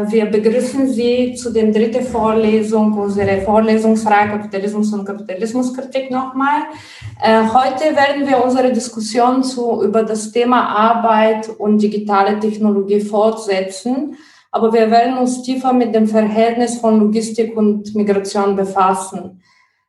Wir begrüßen Sie zu der dritten Vorlesung unserer Vorlesungsreihe Kapitalismus und Kapitalismuskritik nochmal. Heute werden wir unsere Diskussion über das Thema Arbeit und digitale Technologie fortsetzen, aber wir werden uns tiefer mit dem Verhältnis von Logistik und Migration befassen.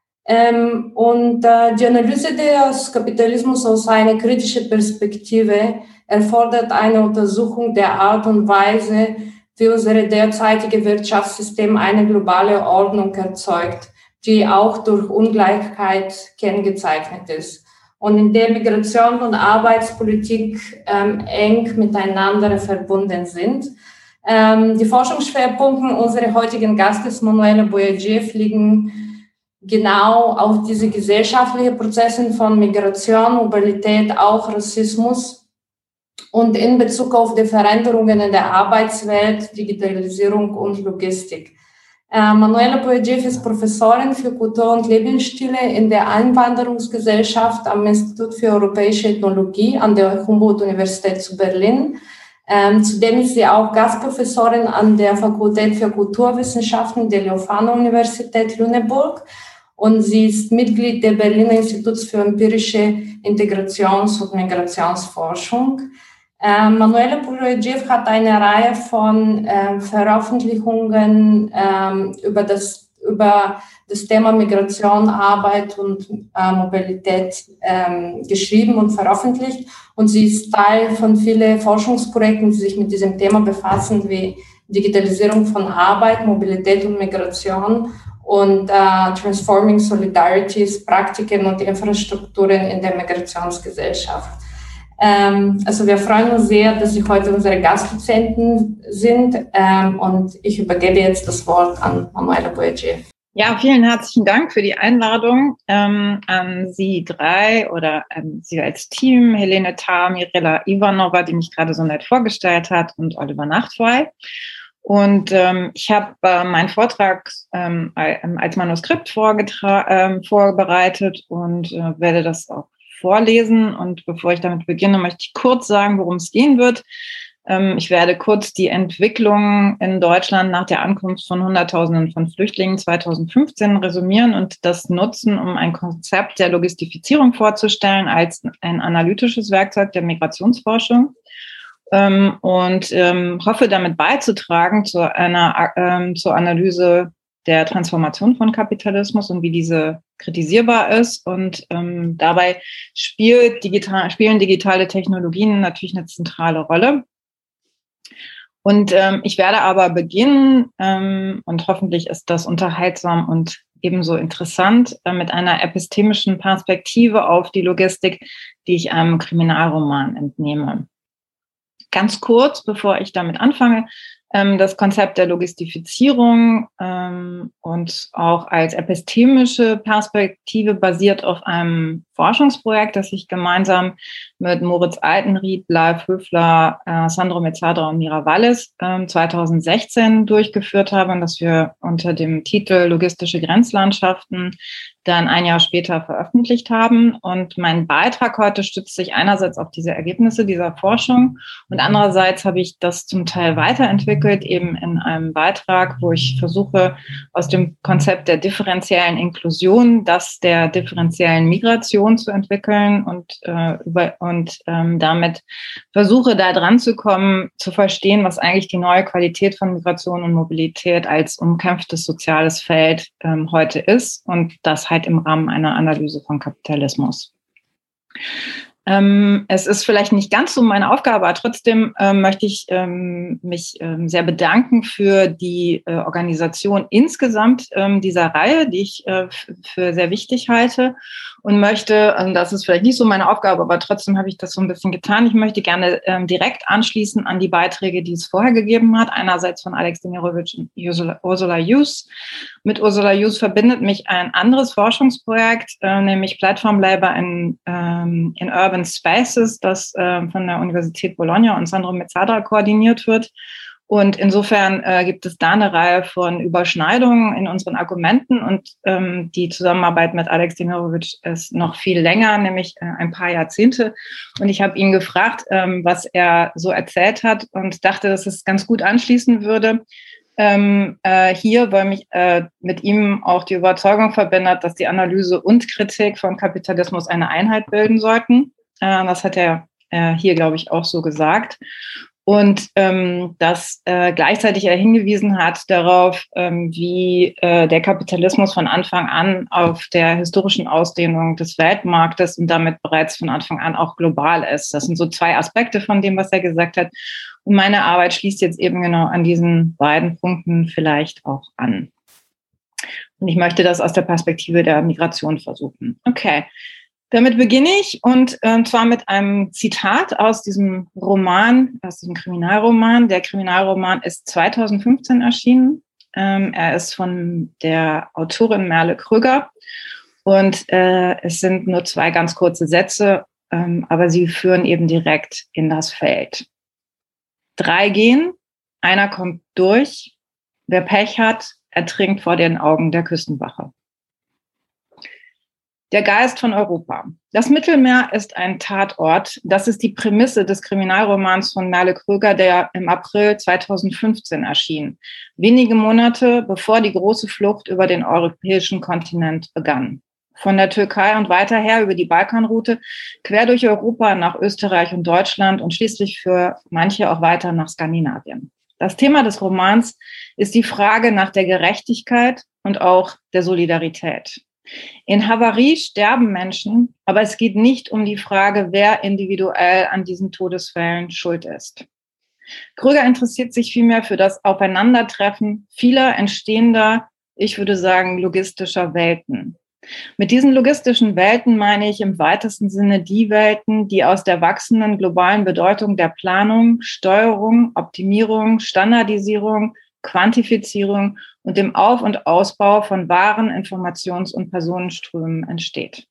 Die Analyse des Kapitalismus aus einer kritischen Perspektive erfordert eine Untersuchung der Art und Weise, wie unser derzeitiges Wirtschaftssystem eine globale Ordnung erzeugt, die auch durch Ungleichheit kennzeichnet ist und in der Migration und Arbeitspolitik eng miteinander verbunden sind. Die Forschungsschwerpunkte unserer heutigen Gastes Manuela Boyadziw liegen genau auf diese gesellschaftlichen Prozesse von Migration, Mobilität, auch Rassismus und in Bezug auf die Veränderungen in der Arbeitswelt, Digitalisierung und Logistik. Manuela Boyadziw ist Professorin für Kultur und Lebensstile in der Einwanderungsgesellschaft am Institut für Europäische Ethnologie an der Humboldt-Universität zu Berlin. Zudem ist sie auch Gastprofessorin an der Fakultät für Kulturwissenschaften der Leuphana-Universität Lüneburg und sie ist Mitglied des Berliner Instituts für empirische Integrations- und Migrationsforschung. Manuela Boyadziw hat eine Reihe von Veröffentlichungen über das Thema Migration, Arbeit und Mobilität geschrieben und veröffentlicht. Und sie ist Teil von vielen Forschungsprojekten, die sich mit diesem Thema befassen, wie Digitalisierung von Arbeit, Mobilität und Migration und Transforming Solidarities, Praktiken und Infrastrukturen in der Migrationsgesellschaft. Also wir freuen uns sehr, dass Sie heute unsere Gastdozenten sind und ich übergebe jetzt das Wort an Manuela Boyadziw. Ja, vielen herzlichen Dank für die Einladung an Sie drei oder an Sie als Team, Helene Tarr, Mirela Ivanova, die mich gerade so nett vorgestellt hat, und Oliver Nachtwey. Und ich habe meinen Vortrag als Manuskript vorbereitet und werde das auch vorlesen. Und bevor ich damit beginne, möchte ich kurz sagen, worum es gehen wird. Ich werde kurz die Entwicklung in Deutschland nach der Ankunft von Hunderttausenden von Flüchtlingen 2015 resümieren und das nutzen, um ein Konzept der Logistifizierung vorzustellen als ein analytisches Werkzeug der Migrationsforschung. Hoffe damit beizutragen zur Analyse der Transformation von Kapitalismus und wie diese kritisierbar ist. Und dabei spielen digitale Technologien natürlich eine zentrale Rolle. Und ich werde aber beginnen, und hoffentlich ist das unterhaltsam und ebenso interessant, mit einer epistemischen Perspektive auf die Logistik, die ich einem Kriminalroman entnehme. Ganz kurz, bevor ich damit anfange, das Konzept der Logistifizierung und auch als epistemische Perspektive basiert auf einem Forschungsprojekt, das ich gemeinsam mit Moritz Altenried, Leif Höfler, Sandro Mezzadra und Mira Wallis 2016 durchgeführt habe und das wir unter dem Titel Logistische Grenzlandschaften dann ein Jahr später veröffentlicht haben. Und mein Beitrag heute stützt sich einerseits auf diese Ergebnisse dieser Forschung und andererseits habe ich das zum Teil weiterentwickelt, eben in einem Beitrag, wo ich versuche, aus dem Konzept der differenziellen Inklusion das der differenziellen Migration zu entwickeln und damit versuche, da dran zu kommen, zu verstehen, was eigentlich die neue Qualität von Migration und Mobilität als umkämpftes soziales Feld heute ist und das halt im Rahmen einer Analyse von Kapitalismus. Es ist vielleicht nicht ganz so meine Aufgabe, aber trotzdem möchte ich mich sehr bedanken für die Organisation insgesamt dieser Reihe, die ich für sehr wichtig halte und möchte, das ist vielleicht nicht so meine Aufgabe, aber trotzdem habe ich das so ein bisschen getan. Ich möchte gerne direkt anschließen an die Beiträge, die es vorher gegeben hat. Einerseits von Alex Demirovic und Ursula Hughes. Mit Ursula Hughes verbindet mich ein anderes Forschungsprojekt, nämlich Platform Labor in Urban Spaces, das von der Universität Bologna und Sandro Mezzadra koordiniert wird. Und insofern gibt es da eine Reihe von Überschneidungen in unseren Argumenten und die Zusammenarbeit mit Alex Demirovic ist noch viel länger, nämlich ein paar Jahrzehnte. Und ich habe ihn gefragt, was er so erzählt hat und dachte, dass es ganz gut anschließen würde. Hier, weil mich mit ihm auch die Überzeugung verbindet, dass die Analyse und Kritik von Kapitalismus eine Einheit bilden sollten. Das hat er hier, glaube ich, auch so gesagt. Und dass gleichzeitig er hingewiesen hat darauf, wie der Kapitalismus von Anfang an auf der historischen Ausdehnung des Weltmarktes und damit bereits von Anfang an auch global ist. Das sind so zwei Aspekte von dem, was er gesagt hat. Und meine Arbeit schließt jetzt eben genau an diesen beiden Punkten vielleicht auch an. Und ich möchte das aus der Perspektive der Migration versuchen. Okay. Damit beginne ich und zwar mit einem Zitat aus diesem Roman, aus diesem Kriminalroman. Der Kriminalroman ist 2015 erschienen. Er ist von der Autorin Merle Krüger und es sind nur 2 ganz kurze Sätze, aber sie führen eben direkt in das Feld. 3 gehen, einer kommt durch. Wer Pech hat, ertrinkt vor den Augen der Küstenwache. Der Geist von Europa. Das Mittelmeer ist ein Tatort. Das ist die Prämisse des Kriminalromans von Merle Krüger, der im April 2015 erschien. Wenige Monate bevor die große Flucht über den europäischen Kontinent begann. Von der Türkei und weiter her über die Balkanroute, quer durch Europa nach Österreich und Deutschland und schließlich für manche auch weiter nach Skandinavien. Das Thema des Romans ist die Frage nach der Gerechtigkeit und auch der Solidarität. In Havarie sterben Menschen, aber es geht nicht um die Frage, wer individuell an diesen Todesfällen schuld ist. Krüger interessiert sich vielmehr für das Aufeinandertreffen vieler entstehender, ich würde sagen, logistischer Welten. Mit diesen logistischen Welten meine ich im weitesten Sinne die Welten, die aus der wachsenden globalen Bedeutung der Planung, Steuerung, Optimierung, Standardisierung, Quantifizierung und dem Auf- und Ausbau von Waren, Informations- und Personenströmen entsteht.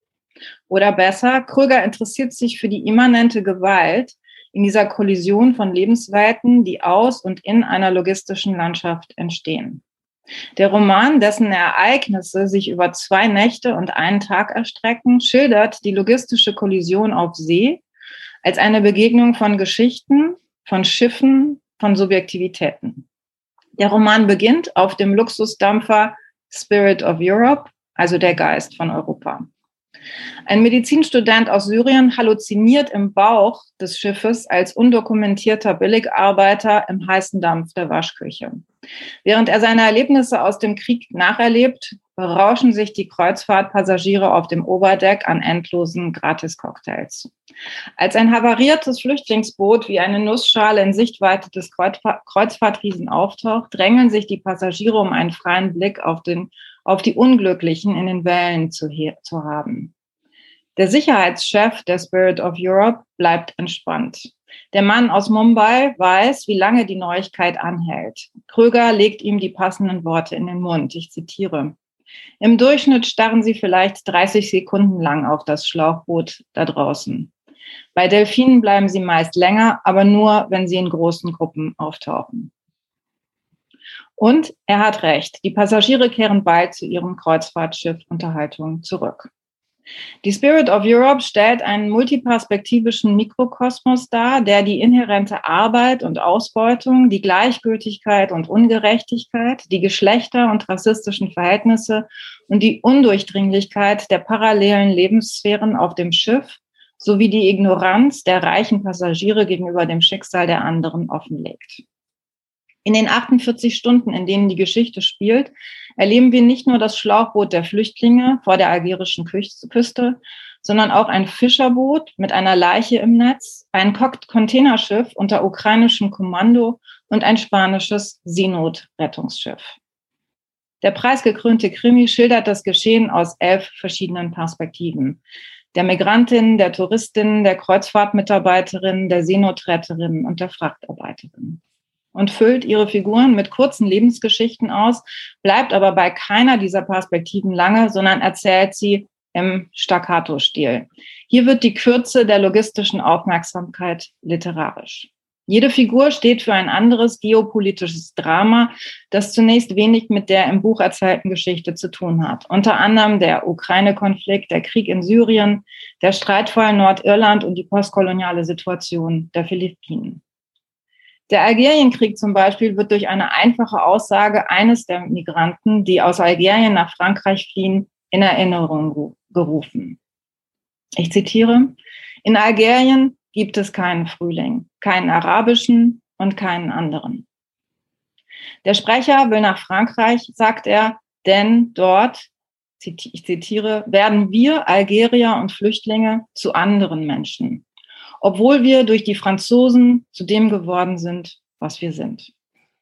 Oder besser, Krüger interessiert sich für die immanente Gewalt in dieser Kollision von Lebenswelten, die aus und in einer logistischen Landschaft entstehen. Der Roman, dessen Ereignisse sich über 2 Nächte und einen Tag erstrecken, schildert die logistische Kollision auf See als eine Begegnung von Geschichten, von Schiffen, von Subjektivitäten. Der Roman beginnt auf dem Luxusdampfer Spirit of Europe, also der Geist von Europa. Ein Medizinstudent aus Syrien halluziniert im Bauch des Schiffes als undokumentierter Billigarbeiter im heißen Dampf der Waschküche. Während er seine Erlebnisse aus dem Krieg nacherlebt, berauschen sich die Kreuzfahrtpassagiere auf dem Oberdeck an endlosen Gratis-Cocktails. Als ein havariertes Flüchtlingsboot wie eine Nussschale in Sichtweite des Kreuzfahrtriesen auftaucht, drängeln sich die Passagiere, um einen freien Blick auf die Unglücklichen in den Wellen zu haben. Der Sicherheitschef der Spirit of Europe bleibt entspannt. Der Mann aus Mumbai weiß, wie lange die Neuigkeit anhält. Krüger legt ihm die passenden Worte in den Mund. Ich zitiere: Im Durchschnitt starren sie vielleicht 30 Sekunden lang auf das Schlauchboot da draußen. Bei Delfinen bleiben sie meist länger, aber nur, wenn sie in großen Gruppen auftauchen. Und er hat recht. Die Passagiere kehren bald zu ihrem Kreuzfahrtschiff-Unterhaltung zurück. Die Spirit of Europe stellt einen multiperspektivischen Mikrokosmos dar, der die inhärente Arbeit und Ausbeutung, die Gleichgültigkeit und Ungerechtigkeit, die Geschlechter- und rassistischen Verhältnisse und die Undurchdringlichkeit der parallelen Lebenssphären auf dem Schiff sowie die Ignoranz der reichen Passagiere gegenüber dem Schicksal der anderen offenlegt. In den 48 Stunden, in denen die Geschichte spielt, erleben wir nicht nur das Schlauchboot der Flüchtlinge vor der algerischen Küste, sondern auch ein Fischerboot mit einer Leiche im Netz, ein Containerschiff unter ukrainischem Kommando und ein spanisches Seenotrettungsschiff. Der preisgekrönte Krimi schildert das Geschehen aus 11 verschiedenen Perspektiven: der Migrantin, der Touristin, der Kreuzfahrtmitarbeiterin, der Seenotretterin und der Frachtarbeiterin. Und füllt ihre Figuren mit kurzen Lebensgeschichten aus, bleibt aber bei keiner dieser Perspektiven lange, sondern erzählt sie im Staccato-Stil. Hier wird die Kürze der logistischen Aufmerksamkeit literarisch. Jede Figur steht für ein anderes geopolitisches Drama, das zunächst wenig mit der im Buch erzählten Geschichte zu tun hat. Unter anderem der Ukraine-Konflikt, der Krieg in Syrien, der Streitfall Nordirland und die postkoloniale Situation der Philippinen. Der Algerienkrieg zum Beispiel wird durch eine einfache Aussage eines der Migranten, die aus Algerien nach Frankreich fliehen, in Erinnerung gerufen. Ich zitiere: In Algerien gibt es keinen Frühling, keinen arabischen und keinen anderen. Der Sprecher will nach Frankreich, sagt er, denn dort, ich zitiere, werden wir Algerier und Flüchtlinge zu anderen Menschen, obwohl wir durch die Franzosen zu dem geworden sind, was wir sind.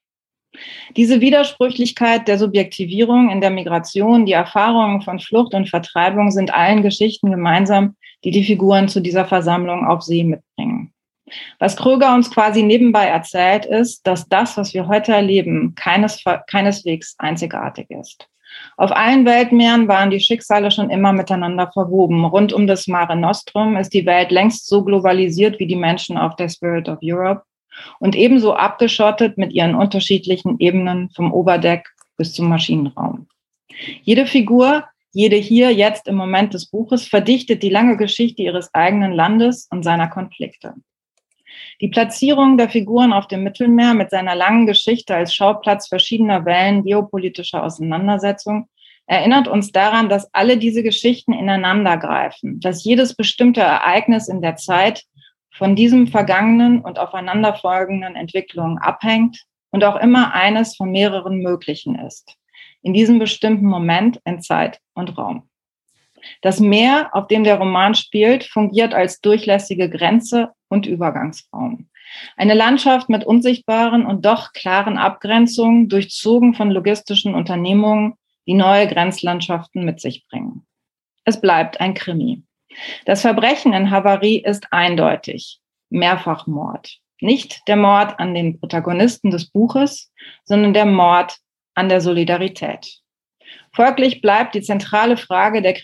Diese Widersprüchlichkeit der Subjektivierung in der Migration, die Erfahrungen von Flucht und Vertreibung sind allen Geschichten gemeinsam, die die Figuren zu dieser Versammlung auf See mitbringen. Was Kröger uns quasi nebenbei erzählt, ist, dass das, was wir heute erleben, keineswegs einzigartig ist. Auf allen Weltmeeren waren die Schicksale schon immer miteinander verwoben. Rund um das Mare Nostrum ist die Welt längst so globalisiert wie die Menschen auf der Spirit of Europe und ebenso abgeschottet mit ihren unterschiedlichen Ebenen vom Oberdeck bis zum Maschinenraum. Jede Figur, jede hier jetzt im Moment des Buches verdichtet die lange Geschichte ihres eigenen Landes und seiner Konflikte. Die Platzierung der Figuren auf dem Mittelmeer mit seiner langen Geschichte als Schauplatz verschiedener Wellen geopolitischer Auseinandersetzung erinnert uns daran, dass alle diese Geschichten ineinander greifen, dass jedes bestimmte Ereignis in der Zeit von diesem vergangenen und aufeinanderfolgenden Entwicklungen abhängt und auch immer eines von mehreren möglichen ist, in diesem bestimmten Moment in Zeit und Raum. Das Meer, auf dem der Roman spielt, fungiert als durchlässige Grenze und Übergangsraum. Eine Landschaft mit unsichtbaren und doch klaren Abgrenzungen, durchzogen von logistischen Unternehmungen, die neue Grenzlandschaften mit sich bringen. Es bleibt ein Krimi. Das Verbrechen in Havarie ist eindeutig: Mehrfachmord. Nicht der Mord an den Protagonisten des Buches, sondern der Mord an der Solidarität. Folglich bleibt die zentrale Frage der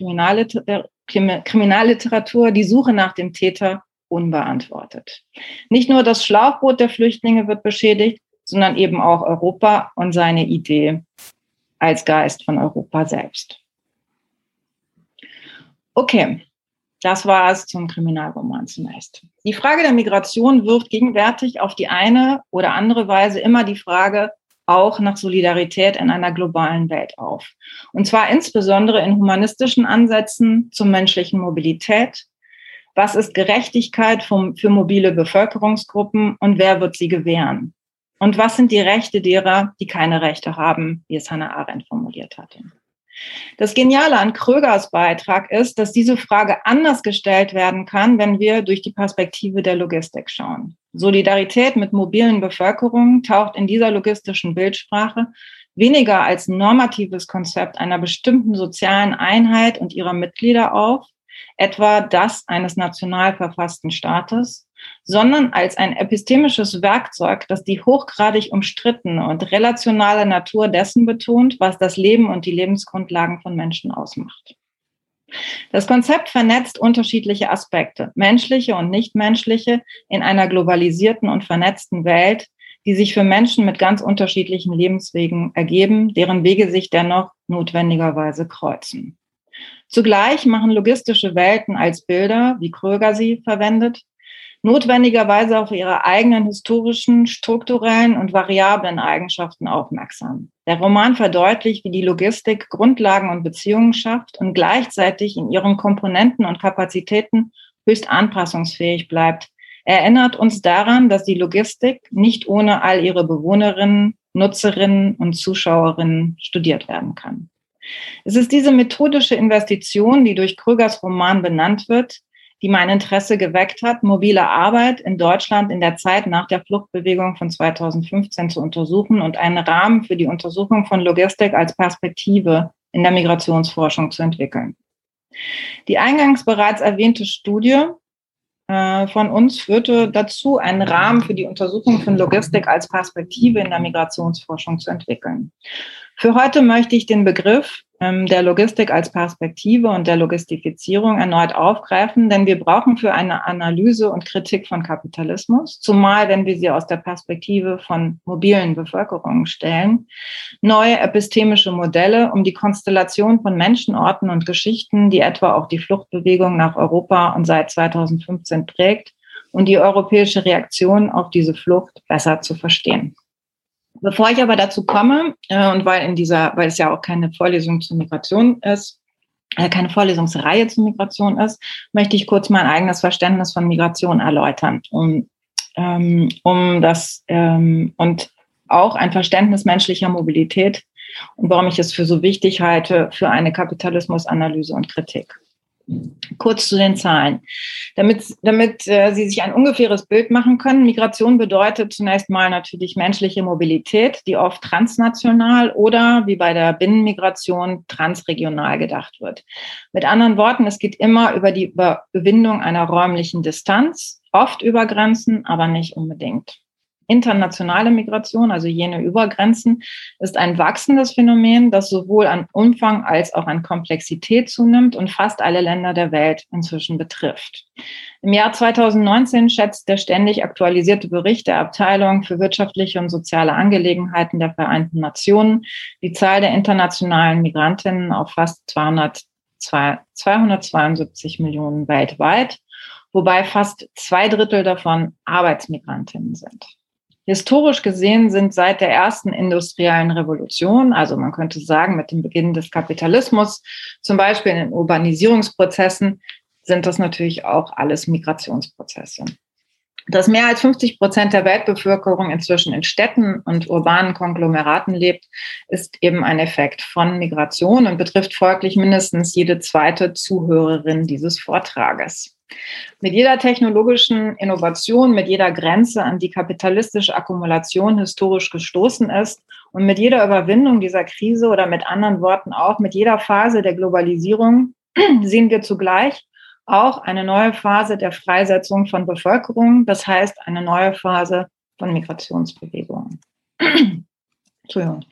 Kriminalliteratur, die Suche nach dem Täter, unbeantwortet. Nicht nur das Schlauchboot der Flüchtlinge wird beschädigt, sondern eben auch Europa und seine Idee als Geist von Europa selbst. Okay, das war es zum Kriminalroman zunächst. Die Frage der Migration wirft gegenwärtig auf die eine oder andere Weise immer die Frage auch nach Solidarität in einer globalen Welt auf. Und zwar insbesondere in humanistischen Ansätzen zur menschlichen Mobilität. Was ist Gerechtigkeit für mobile Bevölkerungsgruppen und wer wird sie gewähren? Und was sind die Rechte derer, die keine Rechte haben, wie es Hannah Arendt formuliert hatte? Das Geniale an Krögers Beitrag ist, dass diese Frage anders gestellt werden kann, wenn wir durch die Perspektive der Logistik schauen. Solidarität mit mobilen Bevölkerungen taucht in dieser logistischen Bildsprache weniger als normatives Konzept einer bestimmten sozialen Einheit und ihrer Mitglieder auf, etwa das eines national verfassten Staates, sondern als ein epistemisches Werkzeug, das die hochgradig umstrittene und relationale Natur dessen betont, was das Leben und die Lebensgrundlagen von Menschen ausmacht. Das Konzept vernetzt unterschiedliche Aspekte, menschliche und nichtmenschliche, in einer globalisierten und vernetzten Welt, die sich für Menschen mit ganz unterschiedlichen Lebenswegen ergeben, deren Wege sich dennoch notwendigerweise kreuzen. Zugleich machen logistische Welten als Bilder, wie Kröger sie verwendet, notwendigerweise auf ihre eigenen historischen, strukturellen und variablen Eigenschaften aufmerksam. Der Roman verdeutlicht, wie die Logistik Grundlagen und Beziehungen schafft und gleichzeitig in ihren Komponenten und Kapazitäten höchst anpassungsfähig bleibt. Er erinnert uns daran, dass die Logistik nicht ohne all ihre Bewohnerinnen, Nutzerinnen und Zuschauerinnen studiert werden kann. Es ist diese methodische Investition, die durch Krögers Roman benannt wird, die mein Interesse geweckt hat, mobile Arbeit in Deutschland in der Zeit nach der Fluchtbewegung von 2015 zu untersuchen und einen Rahmen für die Untersuchung von Logistik als Perspektive in der Migrationsforschung zu entwickeln. Die eingangs bereits erwähnte Studie von uns führte dazu, einen Rahmen für die Untersuchung von Logistik als Perspektive in der Migrationsforschung zu entwickeln. Für heute möchte ich den Begriff der Logistik als Perspektive und der Logistifizierung erneut aufgreifen, denn wir brauchen für eine Analyse und Kritik von Kapitalismus, zumal wenn wir sie aus der Perspektive von mobilen Bevölkerungen stellen, neue epistemische Modelle, um die Konstellation von Menschen, Orten und Geschichten, die etwa auch die Fluchtbewegung nach Europa und seit 2015 prägt, und die europäische Reaktion auf diese Flucht besser zu verstehen. Bevor ich aber dazu komme, und weil es ja auch keine Vorlesung zur Migration ist, keine Vorlesungsreihe zur Migration ist, möchte ich kurz mein eigenes Verständnis von Migration erläutern, und auch ein Verständnis menschlicher Mobilität und warum ich es für so wichtig halte für eine Kapitalismusanalyse und Kritik. Kurz zu den Zahlen. Damit Sie sich ein ungefähres Bild machen können, Migration bedeutet zunächst mal natürlich menschliche Mobilität, die oft transnational oder, wie bei der Binnenmigration, transregional gedacht wird. Mit anderen Worten, es geht immer über die Überwindung einer räumlichen Distanz, oft über Grenzen, aber nicht unbedingt. Internationale Migration, also jene über Grenzen, ist ein wachsendes Phänomen, das sowohl an Umfang als auch an Komplexität zunimmt und fast alle Länder der Welt inzwischen betrifft. Im Jahr 2019 schätzt der ständig aktualisierte Bericht der Abteilung für wirtschaftliche und soziale Angelegenheiten der Vereinten Nationen die Zahl der internationalen Migrantinnen auf fast 272 Millionen weltweit, wobei fast 2/3 davon Arbeitsmigrantinnen sind. Historisch gesehen sind seit der ersten industriellen Revolution, also man könnte sagen mit dem Beginn des Kapitalismus, zum Beispiel in den Urbanisierungsprozessen, sind das natürlich auch alles Migrationsprozesse. Dass mehr als 50% der Weltbevölkerung inzwischen in Städten und urbanen Konglomeraten lebt, ist eben ein Effekt von Migration und betrifft folglich mindestens jede zweite Zuhörerin dieses Vortrages. Mit jeder technologischen Innovation, mit jeder Grenze, an die kapitalistische Akkumulation historisch gestoßen ist und mit jeder Überwindung dieser Krise oder mit anderen Worten auch mit jeder Phase der Globalisierung sehen wir zugleich auch eine neue Phase der Freisetzung von Bevölkerung, das heißt eine neue Phase von Migrationsbewegungen. Entschuldigung.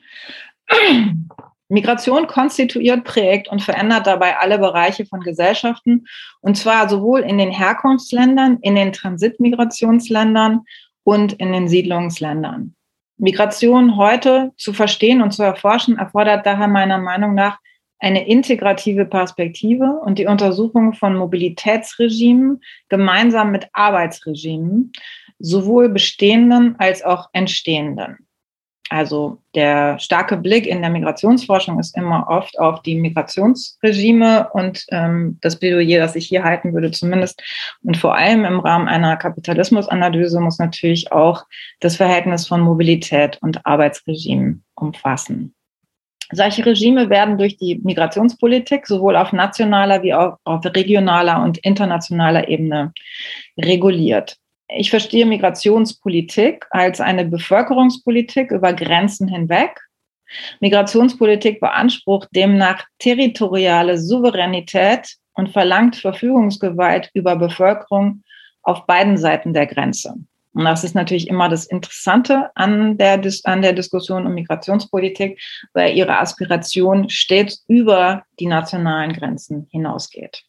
Migration konstituiert, prägt und verändert dabei alle Bereiche von Gesellschaften, und zwar sowohl in den Herkunftsländern, in den Transitmigrationsländern und in den Siedlungsländern. Migration heute zu verstehen und zu erforschen, erfordert daher meiner Meinung nach eine integrative Perspektive und die Untersuchung von Mobilitätsregimen gemeinsam mit Arbeitsregimen, sowohl bestehenden als auch entstehenden. Also der starke Blick in der Migrationsforschung ist immer oft auf die Migrationsregime und das Plädoyer, das ich hier halten würde zumindest und vor allem im Rahmen einer Kapitalismusanalyse muss natürlich auch das Verhältnis von Mobilität und Arbeitsregimen umfassen. Solche Regime werden durch die Migrationspolitik sowohl auf nationaler wie auch auf regionaler und internationaler Ebene reguliert. Ich verstehe Migrationspolitik als eine Bevölkerungspolitik über Grenzen hinweg. Migrationspolitik beansprucht demnach territoriale Souveränität und verlangt Verfügungsgewalt über Bevölkerung auf beiden Seiten der Grenze. Und das ist natürlich immer das Interessante an der Diskussion um Migrationspolitik, weil ihre Aspiration stets über die nationalen Grenzen hinausgeht.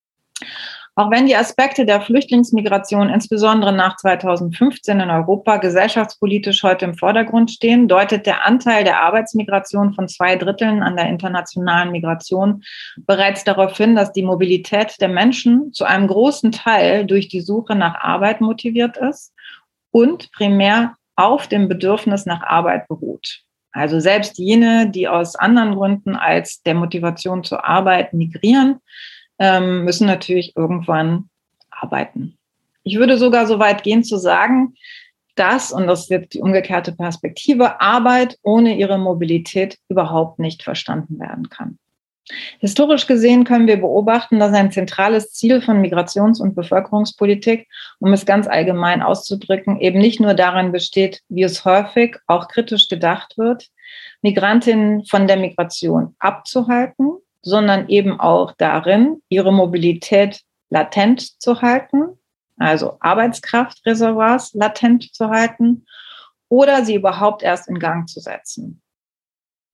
Auch wenn die Aspekte der Flüchtlingsmigration insbesondere nach 2015 in Europa gesellschaftspolitisch heute im Vordergrund stehen, deutet der Anteil der Arbeitsmigration von 2/3 an der internationalen Migration bereits darauf hin, dass die Mobilität der Menschen zu einem großen Teil durch die Suche nach Arbeit motiviert ist und primär auf dem Bedürfnis nach Arbeit beruht. Also selbst jene, die aus anderen Gründen als der Motivation zur Arbeit migrieren, müssen natürlich irgendwann arbeiten. Ich würde sogar so weit gehen zu sagen, dass, und das ist jetzt die umgekehrte Perspektive, Arbeit ohne ihre Mobilität überhaupt nicht verstanden werden kann. Historisch gesehen können wir beobachten, dass ein zentrales Ziel von Migrations- und Bevölkerungspolitik, um es ganz allgemein auszudrücken, eben nicht nur darin besteht, wie es häufig auch kritisch gedacht wird, Migrantinnen von der Migration abzuhalten, sondern eben auch darin, ihre Mobilität latent zu halten, also Arbeitskraftreservoirs latent zu halten oder sie überhaupt erst in Gang zu setzen.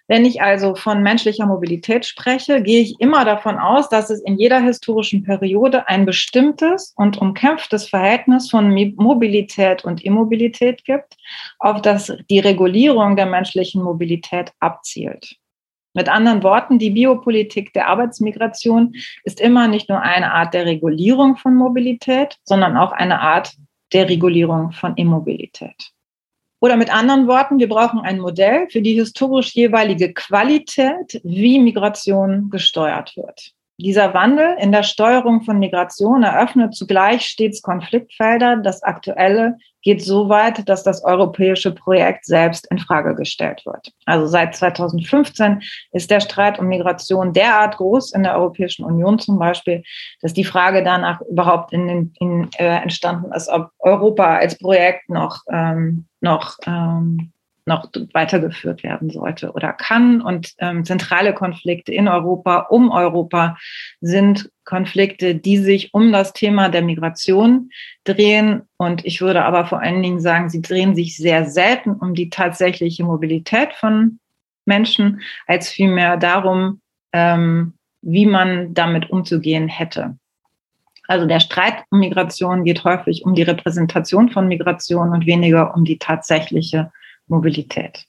Wenn ich also von menschlicher Mobilität spreche, gehe ich immer davon aus, dass es in jeder historischen Periode ein bestimmtes und umkämpftes Verhältnis von Mobilität und Immobilität gibt, auf das die Regulierung der menschlichen Mobilität abzielt. Mit anderen Worten, die Biopolitik der Arbeitsmigration ist immer nicht nur eine Art der Regulierung von Mobilität, sondern auch eine Art der Regulierung von Immobilität. Oder mit anderen Worten, wir brauchen ein Modell für die historisch jeweilige Qualität, wie Migration gesteuert wird. Dieser Wandel in der Steuerung von Migration eröffnet zugleich stets Konfliktfelder. Das Aktuelle geht so weit, dass das europäische Projekt selbst in Frage gestellt wird. Also seit 2015 ist der Streit um derart groß in der Europäischen Union zum Beispiel, dass die Frage danach überhaupt entstanden ist, ob Europa als Projekt noch weitergeführt werden sollte oder kann. Und zentrale Konflikte in Europa, um Europa, sind Konflikte, die sich um das Thema der Migration drehen. Und ich würde aber vor allen Dingen sagen, sie drehen sich sehr selten um die tatsächliche Mobilität von Menschen, als vielmehr darum, wie man damit umzugehen hätte. Also der Streit um Migration geht häufig um die Repräsentation von Migration und weniger um die tatsächliche Mobilität.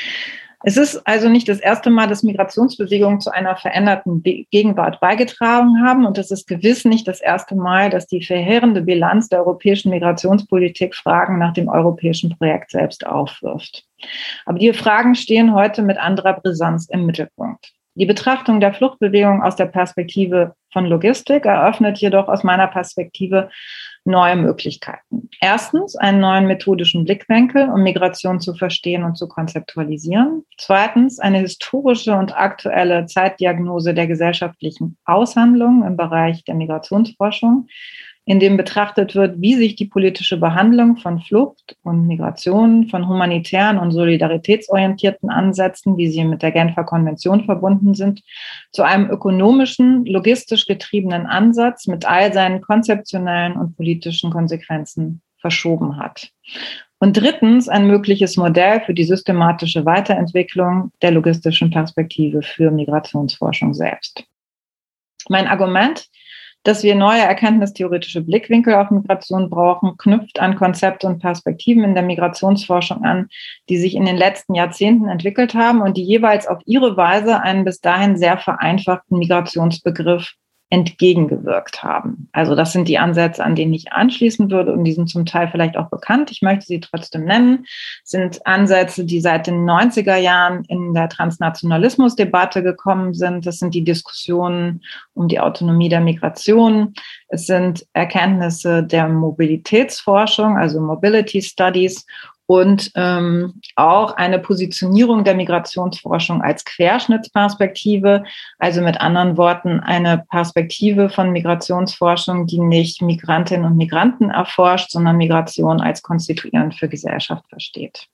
Es ist also nicht das erste Mal, dass Migrationsbewegungen zu einer veränderten Gegenwart beigetragen haben. Und es ist gewiss nicht das erste Mal, dass die verheerende Bilanz der europäischen Migrationspolitik Fragen nach dem europäischen Projekt selbst aufwirft. Aber die Fragen stehen heute mit anderer Brisanz im Mittelpunkt. Die Betrachtung der Fluchtbewegung aus der Perspektive von Logistik eröffnet jedoch aus meiner Perspektive neue Möglichkeiten. Erstens, einen neuen methodischen Blickwinkel, um Migration zu verstehen und zu konzeptualisieren. Zweitens, eine historische und aktuelle Zeitdiagnose der gesellschaftlichen Aushandlungen im Bereich der Migrationsforschung, in dem betrachtet wird, wie sich die politische Behandlung von Flucht und Migration, von humanitären und solidaritätsorientierten Ansätzen, wie sie mit der Genfer Konvention verbunden sind, zu einem ökonomischen, logistisch getriebenen Ansatz mit all seinen konzeptionellen und politischen Konsequenzen verschoben hat. Und drittens, ein mögliches Modell für die systematische Weiterentwicklung der logistischen Perspektive für Migrationsforschung selbst. Mein Argument, dass wir neue erkenntnistheoretische Blickwinkel auf Migration brauchen, knüpft an Konzepte und Perspektiven in der Migrationsforschung an, die sich in den letzten Jahrzehnten entwickelt haben und die jeweils auf ihre Weise einen bis dahin sehr vereinfachten Migrationsbegriff entgegengewirkt haben. Also das sind die Ansätze, an denen ich anschließen würde, und die sind zum Teil vielleicht auch bekannt. Ich möchte sie trotzdem nennen. Das sind Ansätze, die seit den 90er Jahren in der Transnationalismusdebatte gekommen sind. Das sind die Diskussionen um die Autonomie der Migration. Es sind Erkenntnisse der Mobilitätsforschung, also Mobility Studies, und auch eine Positionierung der Migrationsforschung als Querschnittsperspektive, also mit anderen Worten eine Perspektive von Migrationsforschung, die nicht Migrantinnen und Migranten erforscht, sondern Migration als konstituierend für Gesellschaft versteht.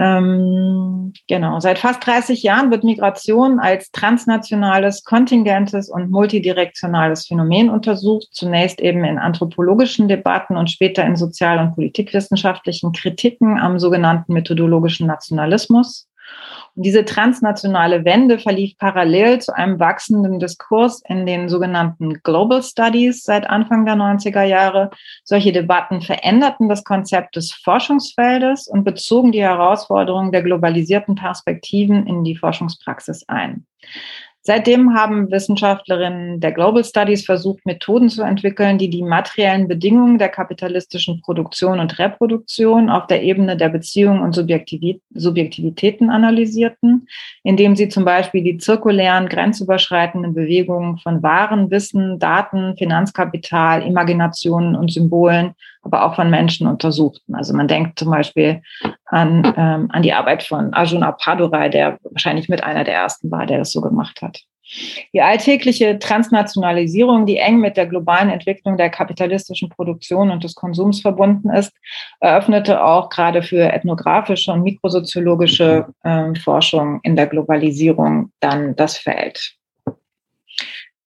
Genau. Seit fast 30 Jahren wird Migration als transnationales, kontingentes und multidirektionales Phänomen untersucht, zunächst eben in anthropologischen Debatten und später in sozial- und politikwissenschaftlichen Kritiken am sogenannten methodologischen Nationalismus. Und diese transnationale Wende verlief parallel zu einem wachsenden Diskurs in den sogenannten Global Studies seit Anfang der 90er Jahre. Solche Debatten veränderten das Konzept des Forschungsfeldes und bezogen die Herausforderungen der globalisierten Perspektiven in die Forschungspraxis ein. Seitdem haben Wissenschaftlerinnen der Global Studies versucht, Methoden zu entwickeln, die die materiellen Bedingungen der kapitalistischen Produktion und Reproduktion auf der Ebene der Beziehungen und Subjektivitäten analysierten, indem sie zum Beispiel die zirkulären, grenzüberschreitenden Bewegungen von Waren, Wissen, Daten, Finanzkapital, Imaginationen und Symbolen, aber auch von Menschen untersuchten. Also man denkt zum Beispiel an die Arbeit von Arjuna Padurai, der wahrscheinlich mit einer der ersten war, der das so gemacht hat. Die alltägliche Transnationalisierung, die eng mit der globalen Entwicklung der kapitalistischen Produktion und des Konsums verbunden ist, eröffnete auch gerade für ethnografische und mikrosoziologische Forschung in der Globalisierung dann das Feld.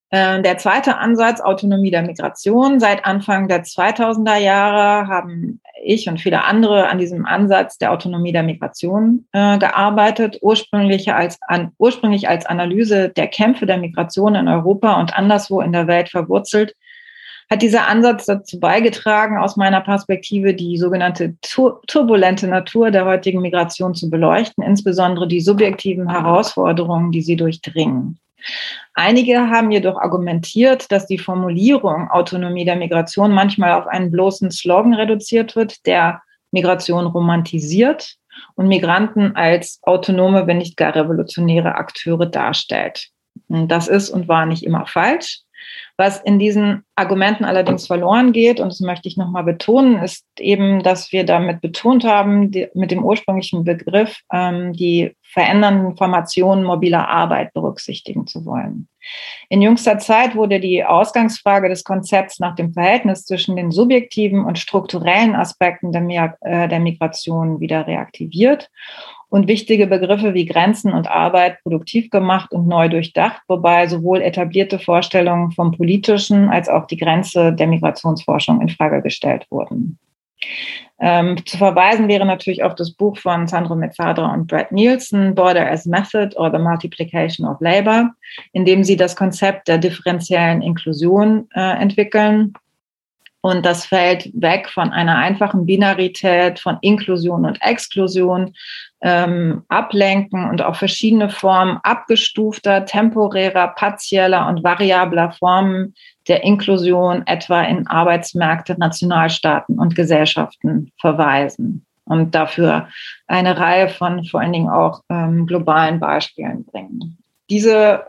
Der zweite Ansatz, Autonomie der Migration. Seit Anfang der 2000er Jahre haben ich und viele andere an diesem Ansatz der Autonomie der Migration gearbeitet, ursprünglich als Analyse der Kämpfe der Migration in Europa und anderswo in der Welt verwurzelt. Hat dieser Ansatz dazu beigetragen, aus meiner Perspektive die sogenannte turbulente Natur der heutigen Migration zu beleuchten, insbesondere die subjektiven Herausforderungen, die sie durchdringen. Einige haben jedoch argumentiert, dass die Formulierung Autonomie der Migration manchmal auf einen bloßen Slogan reduziert wird, der Migration romantisiert und Migranten als autonome, wenn nicht gar revolutionäre Akteure darstellt. Das ist und war nicht immer falsch. Was in diesen Argumenten allerdings verloren geht, und das möchte ich nochmal betonen, ist eben, dass wir damit betont haben, mit dem ursprünglichen Begriff die verändernden Formationen mobiler Arbeit berücksichtigen zu wollen. In jüngster Zeit wurde die Ausgangsfrage des Konzepts nach dem Verhältnis zwischen den subjektiven und strukturellen Aspekten der Migration wieder reaktiviert und wichtige Begriffe wie Grenzen und Arbeit produktiv gemacht und neu durchdacht, wobei sowohl etablierte Vorstellungen vom Politischen als auch die Grenze der Migrationsforschung in Frage gestellt wurden. Zu verweisen wäre natürlich auf das Buch von Sandro Mezzadra und Brad Nielsen, Border as Method or the Multiplication of Labor, in dem sie das Konzept der differenziellen Inklusion entwickeln. Und das fällt weg von einer einfachen Binarität von Inklusion und Exklusion, ablenken und auf verschiedene Formen abgestufter, temporärer, partieller und variabler Formen der Inklusion, etwa in Arbeitsmärkte, Nationalstaaten und Gesellschaften verweisen und dafür eine Reihe von vor allen Dingen auch globalen Beispielen bringen. Dieses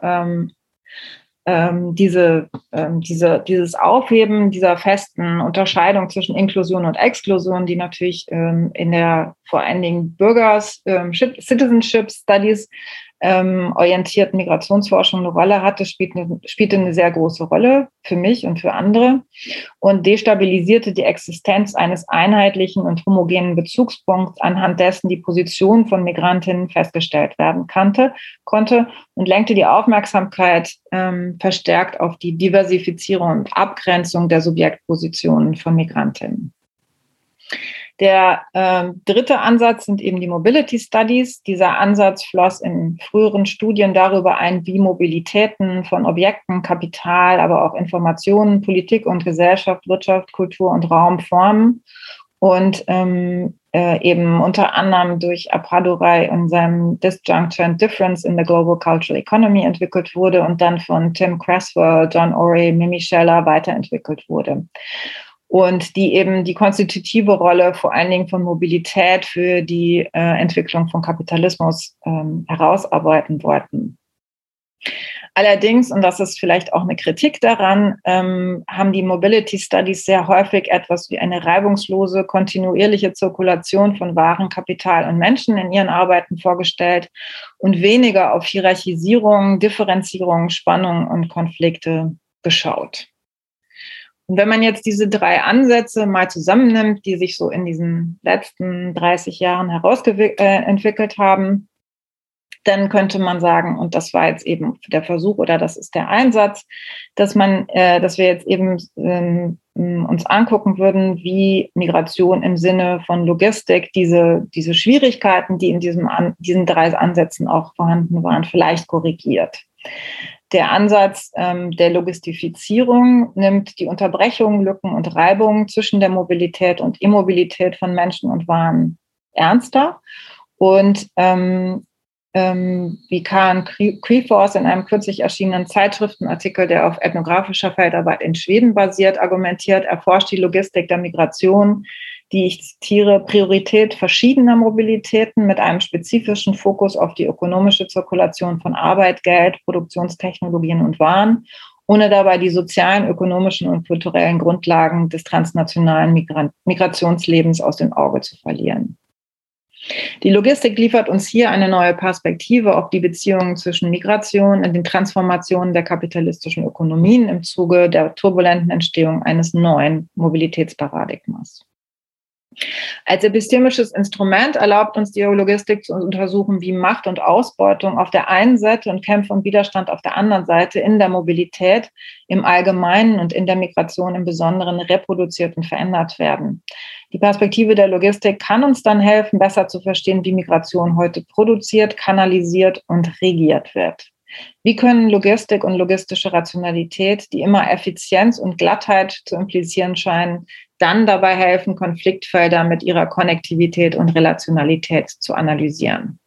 Aufheben dieser festen Unterscheidung zwischen Inklusion und Exklusion, die natürlich in der vor allen Dingen Citizenship Studies orientierten Migrationsforschung eine Rolle hatte, spielte eine sehr große Rolle für mich und für andere und destabilisierte die Existenz eines einheitlichen und homogenen Bezugspunkts, anhand dessen die Position von Migrantinnen festgestellt werden konnte und lenkte die Aufmerksamkeit verstärkt auf die Diversifizierung und Abgrenzung der Subjektpositionen von Migrantinnen. Der dritte Ansatz sind eben die Mobility Studies. Dieser Ansatz floss in früheren Studien darüber ein, wie Mobilitäten von Objekten, Kapital, aber auch Informationen, Politik und Gesellschaft, Wirtschaft, Kultur und Raum formen und eben unter anderem durch Appadurai in seinem Disjuncture and Difference in the Global Cultural Economy entwickelt wurde und dann von Tim Creswell, John Orey, Mimi Scheller weiterentwickelt wurde. Und die eben die konstitutive Rolle vor allen Dingen von Mobilität für die Entwicklung von Kapitalismus herausarbeiten wollten. Allerdings, und das ist vielleicht auch eine Kritik daran, haben die Mobility Studies sehr häufig etwas wie eine reibungslose, kontinuierliche Zirkulation von Waren, Kapital und Menschen in ihren Arbeiten vorgestellt und weniger auf Hierarchisierung, Differenzierung, Spannung und Konflikte geschaut. Und wenn man jetzt diese drei Ansätze mal zusammennimmt, die sich so in diesen letzten 30 Jahren herausentwickelt haben, dann könnte man sagen, und das war jetzt eben der Versuch oder das ist der Einsatz, dass wir jetzt eben uns angucken würden, wie Migration im Sinne von Logistik diese Schwierigkeiten, die in diesen drei Ansätzen auch vorhanden waren, vielleicht korrigiert. Der Ansatz der Logistifizierung nimmt die Unterbrechungen, Lücken und Reibungen zwischen der Mobilität und Immobilität von Menschen und Waren ernster. Und wie Karen Kriefors in einem kürzlich erschienenen Zeitschriftenartikel, der auf ethnografischer Feldarbeit in Schweden basiert, argumentiert, erforscht die Logistik der Migration, die, ich zitiere, Priorität verschiedener Mobilitäten mit einem spezifischen Fokus auf die ökonomische Zirkulation von Arbeit, Geld, Produktionstechnologien und Waren, ohne dabei die sozialen, ökonomischen und kulturellen Grundlagen des transnationalen Migrationslebens aus dem Auge zu verlieren. Die Logistik liefert uns hier eine neue Perspektive auf die Beziehungen zwischen Migration und den Transformationen der kapitalistischen Ökonomien im Zuge der turbulenten Entstehung eines neuen Mobilitätsparadigmas. Als epistemisches Instrument erlaubt uns die Logistik zu untersuchen, wie Macht und Ausbeutung auf der einen Seite und Kämpfe und Widerstand auf der anderen Seite in der Mobilität im Allgemeinen und in der Migration im Besonderen reproduziert und verändert werden. Die Perspektive der Logistik kann uns dann helfen, besser zu verstehen, wie Migration heute produziert, kanalisiert und regiert wird. Wie können Logistik und logistische Rationalität, die immer Effizienz und Glattheit zu implizieren scheinen, dann dabei helfen, Konfliktfelder mit ihrer Konnektivität und Relationalität zu analysieren?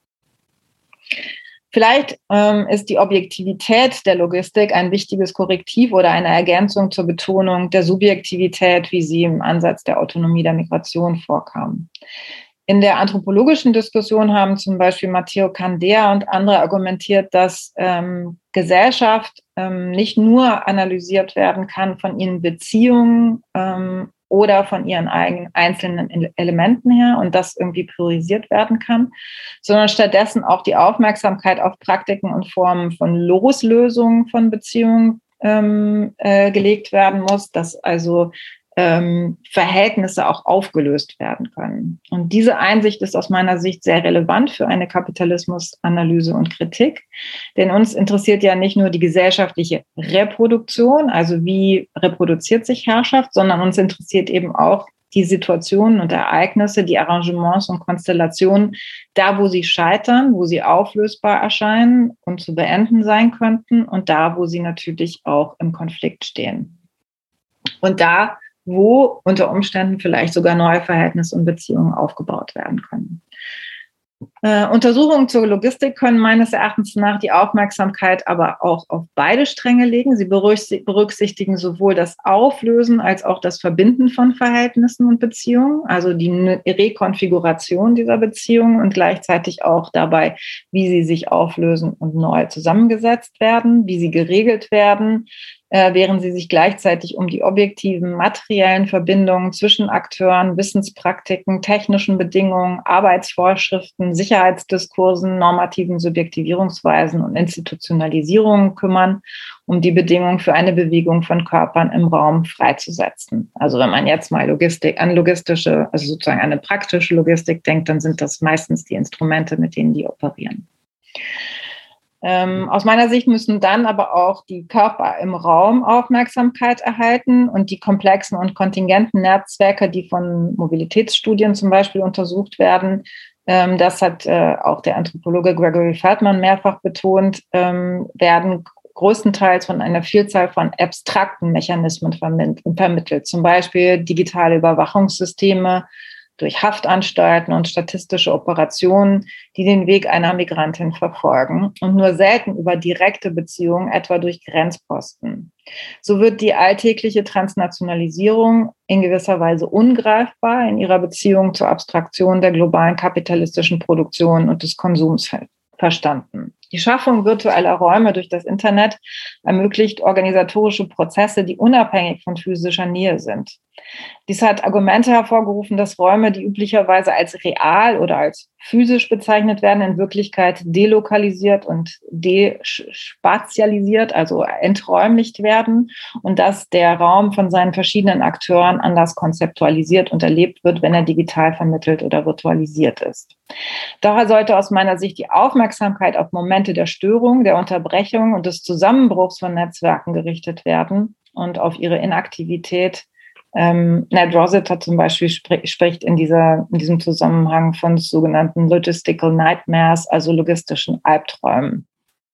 Vielleicht ist die Objektivität der Logistik ein wichtiges Korrektiv oder eine Ergänzung zur Betonung der Subjektivität, wie sie im Ansatz der Autonomie der Migration vorkam. In der anthropologischen Diskussion haben zum Beispiel Matteo Candea und andere argumentiert, dass Gesellschaft nicht nur analysiert werden kann von ihren Beziehungen oder von ihren eigenen einzelnen Elementen her und das irgendwie priorisiert werden kann, sondern stattdessen auch die Aufmerksamkeit auf Praktiken und Formen von Loslösung von Beziehungen gelegt werden muss, dass also Verhältnisse auch aufgelöst werden können. Und diese Einsicht ist aus meiner Sicht sehr relevant für eine Kapitalismusanalyse und Kritik, denn uns interessiert ja nicht nur die gesellschaftliche Reproduktion, also wie reproduziert sich Herrschaft, sondern uns interessiert eben auch die Situationen und Ereignisse, die Arrangements und Konstellationen, da wo sie scheitern, wo sie auflösbar erscheinen und zu beenden sein könnten und da, wo sie natürlich auch im Konflikt stehen. Und da, wo unter Umständen vielleicht sogar neue Verhältnisse und Beziehungen aufgebaut werden können. Untersuchungen zur Logistik können meines Erachtens nach die Aufmerksamkeit aber auch auf beide Stränge legen. Sie berücksichtigen sowohl das Auflösen als auch das Verbinden von Verhältnissen und Beziehungen, also die Rekonfiguration dieser Beziehungen und gleichzeitig auch dabei, wie sie sich auflösen und neu zusammengesetzt werden, wie sie geregelt werden, während sie sich gleichzeitig um die objektiven, materiellen Verbindungen zwischen Akteuren, Wissenspraktiken, technischen Bedingungen, Arbeitsvorschriften, Sicherheitsdiskursen, normativen Subjektivierungsweisen und Institutionalisierungen kümmern, um die Bedingungen für eine Bewegung von Körpern im Raum freizusetzen. Also wenn man jetzt mal an logistische, also sozusagen eine praktische Logistik denkt, dann sind das meistens die Instrumente, mit denen die operieren. Aus meiner Sicht müssen dann aber auch die Körper im Raum Aufmerksamkeit erhalten und die komplexen und kontingenten Netzwerke, die von Mobilitätsstudien zum Beispiel untersucht werden, das hat auch der Anthropologe Gregory Feldman mehrfach betont, werden größtenteils von einer Vielzahl von abstrakten Mechanismen vermittelt, zum Beispiel digitale Überwachungssysteme, durch Haftanstalten und statistische Operationen, die den Weg einer Migrantin verfolgen und nur selten über direkte Beziehungen, etwa durch Grenzposten. So wird die alltägliche Transnationalisierung in gewisser Weise ungreifbar in ihrer Beziehung zur Abstraktion der globalen kapitalistischen Produktion und des Konsums verstanden. Die Schaffung virtueller Räume durch das Internet ermöglicht organisatorische Prozesse, die unabhängig von physischer Nähe sind. Dies hat Argumente hervorgerufen, dass Räume, die üblicherweise als real oder als physisch bezeichnet werden, in Wirklichkeit delokalisiert und despatialisiert, also enträumlicht werden und dass der Raum von seinen verschiedenen Akteuren anders konzeptualisiert und erlebt wird, wenn er digital vermittelt oder virtualisiert ist. Daher sollte aus meiner Sicht die Aufmerksamkeit auf Momente der Störung, der Unterbrechung und des Zusammenbruchs von Netzwerken gerichtet werden und auf ihre Inaktivität. Ned Rossiter zum Beispiel spricht in diesem Zusammenhang von sogenannten Logistical Nightmares, also logistischen Albträumen.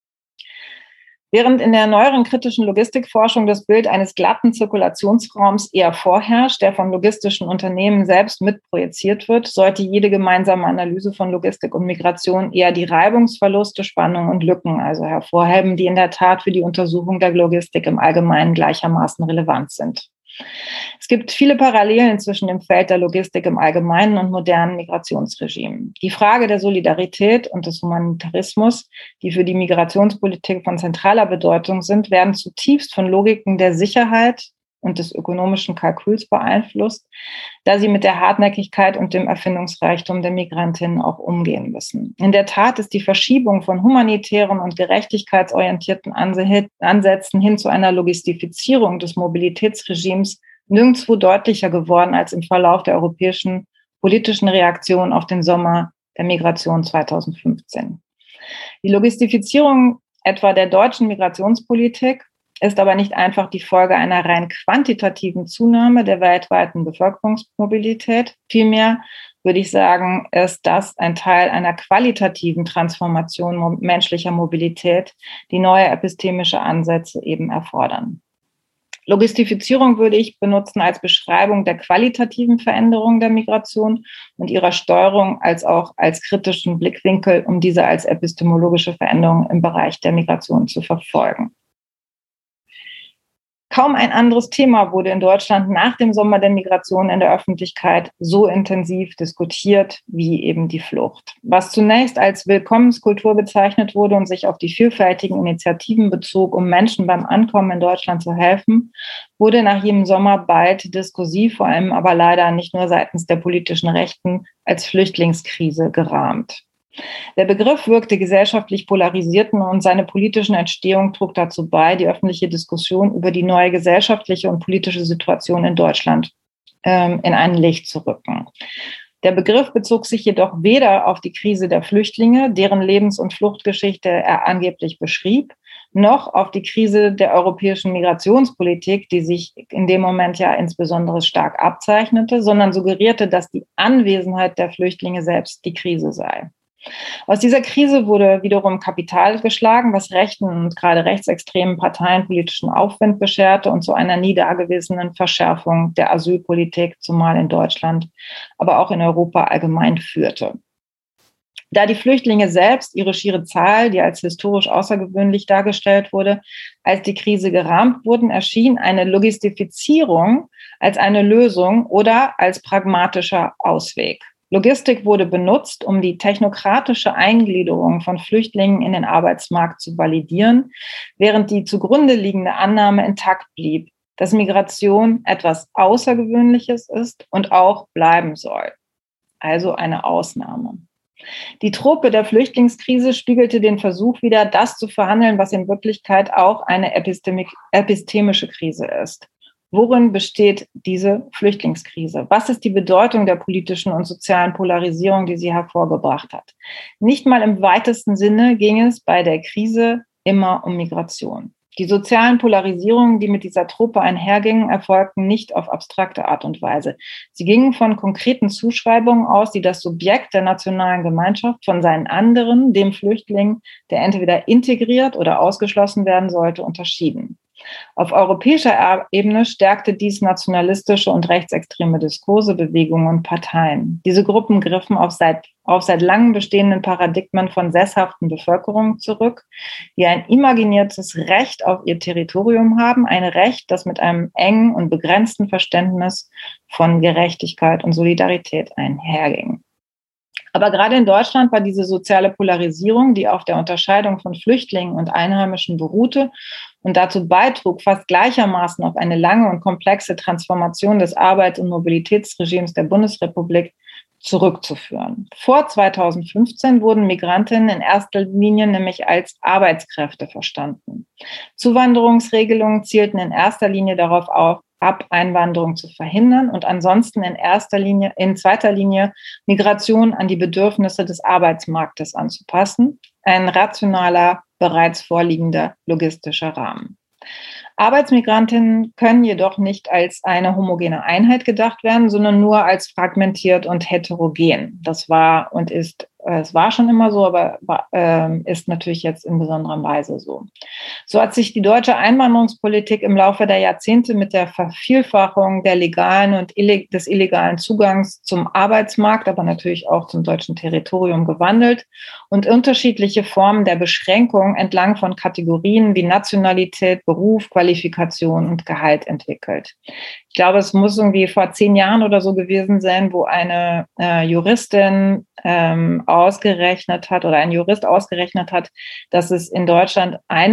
Während in der neueren kritischen Logistikforschung das Bild eines glatten Zirkulationsraums eher vorherrscht, der von logistischen Unternehmen selbst mitprojiziert wird, sollte jede gemeinsame Analyse von Logistik und Migration eher die Reibungsverluste, Spannungen und Lücken also hervorheben, die in der Tat für die Untersuchung der Logistik im Allgemeinen gleichermaßen relevant sind. Es gibt viele Parallelen zwischen dem Feld der Logistik im Allgemeinen und modernen Migrationsregimen. Die Frage der Solidarität und des Humanitarismus, die für die Migrationspolitik von zentraler Bedeutung sind, werden zutiefst von Logiken der Sicherheit und des ökonomischen Kalküls beeinflusst, da sie mit der Hartnäckigkeit und dem Erfindungsreichtum der Migrantinnen auch umgehen müssen. In der Tat ist die Verschiebung von humanitären und gerechtigkeitsorientierten Ansätzen hin zu einer Logistifizierung des Mobilitätsregimes nirgendwo deutlicher geworden als im Verlauf der europäischen politischen Reaktion auf den Sommer der Migration 2015. Die Logistifizierung etwa der deutschen Migrationspolitik ist aber nicht einfach die Folge einer rein quantitativen Zunahme der weltweiten Bevölkerungsmobilität. Vielmehr würde ich sagen, ist das ein Teil einer qualitativen Transformation menschlicher Mobilität, die neue epistemische Ansätze eben erfordern. Logistifizierung würde ich benutzen als Beschreibung der qualitativen Veränderung der Migration und ihrer Steuerung als auch als kritischen Blickwinkel, um diese als epistemologische Veränderung im Bereich der Migration zu verfolgen. Kaum ein anderes Thema wurde in Deutschland nach dem Sommer der Migration in der Öffentlichkeit so intensiv diskutiert wie eben die Flucht. Was zunächst als Willkommenskultur bezeichnet wurde und sich auf die vielfältigen Initiativen bezog, um Menschen beim Ankommen in Deutschland zu helfen, wurde nach jedem Sommer bald diskursiv, vor allem aber leider nicht nur seitens der politischen Rechten, als Flüchtlingskrise gerahmt. Der Begriff wirkte gesellschaftlich polarisierten und seine politischen Entstehung trug dazu bei, die öffentliche Diskussion über die neue gesellschaftliche und politische Situation in Deutschland in ein Licht zu rücken. Der Begriff bezog sich jedoch weder auf die Krise der Flüchtlinge, deren Lebens- und Fluchtgeschichte er angeblich beschrieb, noch auf die Krise der europäischen Migrationspolitik, die sich in dem Moment ja insbesondere stark abzeichnete, sondern suggerierte, dass die Anwesenheit der Flüchtlinge selbst die Krise sei. Aus dieser Krise wurde wiederum Kapital geschlagen, was rechten und gerade rechtsextremen Parteien politischen Aufwind bescherte und zu einer nie dagewesenen Verschärfung der Asylpolitik, zumal in Deutschland, aber auch in Europa allgemein führte. Da die Flüchtlinge selbst ihre schiere Zahl, die als historisch außergewöhnlich dargestellt wurde, als die Krise gerahmt wurden, erschien eine Logistifizierung als eine Lösung oder als pragmatischer Ausweg. Logistik wurde benutzt, um die technokratische Eingliederung von Flüchtlingen in den Arbeitsmarkt zu validieren, während die zugrunde liegende Annahme intakt blieb, dass Migration etwas Außergewöhnliches ist und auch bleiben soll. Also eine Ausnahme. Die Trope der Flüchtlingskrise spiegelte den Versuch wider, das zu verhandeln, was in Wirklichkeit auch eine epistemische Krise ist. Worin besteht diese Flüchtlingskrise? Was ist die Bedeutung der politischen und sozialen Polarisierung, die sie hervorgebracht hat? Nicht mal im weitesten Sinne ging es bei der Krise immer um Migration. Die sozialen Polarisierungen, die mit dieser Trope einhergingen, erfolgten nicht auf abstrakte Art und Weise. Sie gingen von konkreten Zuschreibungen aus, die das Subjekt der nationalen Gemeinschaft von seinen anderen, dem Flüchtling, der entweder integriert oder ausgeschlossen werden sollte, unterschieden. Auf europäischer Ebene stärkte dies nationalistische und rechtsextreme Diskurse, Bewegungen und Parteien. Diese Gruppen griffen auf seit langem bestehenden Paradigmen von sesshaften Bevölkerungen zurück, die ein imaginiertes Recht auf ihr Territorium haben, ein Recht, das mit einem engen und begrenzten Verständnis von Gerechtigkeit und Solidarität einherging. Aber gerade in Deutschland war diese soziale Polarisierung, die auf der Unterscheidung von Flüchtlingen und Einheimischen beruhte und dazu beitrug, fast gleichermaßen auf eine lange und komplexe Transformation des Arbeits- und Mobilitätsregimes der Bundesrepublik zurückzuführen. Vor 2015 wurden Migrantinnen in erster Linie nämlich als Arbeitskräfte verstanden. Zuwanderungsregelungen zielten in erster Linie darauf ab, Einwanderung zu verhindern und ansonsten in zweiter Linie Migration an die Bedürfnisse des Arbeitsmarktes anzupassen. Ein rationaler, bereits vorliegender logistischer Rahmen. Arbeitsmigrantinnen können jedoch nicht als eine homogene Einheit gedacht werden, sondern nur als fragmentiert und heterogen. Das war und ist, es war schon immer so, aber ist natürlich jetzt in besonderer Weise so. So hat sich die deutsche Einwanderungspolitik im Laufe der Jahrzehnte mit der Vervielfachung der legalen und des illegalen Zugangs zum Arbeitsmarkt, aber natürlich auch zum deutschen Territorium gewandelt und unterschiedliche Formen der Beschränkung entlang von Kategorien wie Nationalität, Beruf, Qualifikation und Gehalt entwickelt. Ich glaube, es muss irgendwie vor 10 Jahren oder so gewesen sein, wo eine Juristin ausgerechnet hat oder ein Jurist ausgerechnet hat, dass es in Deutschland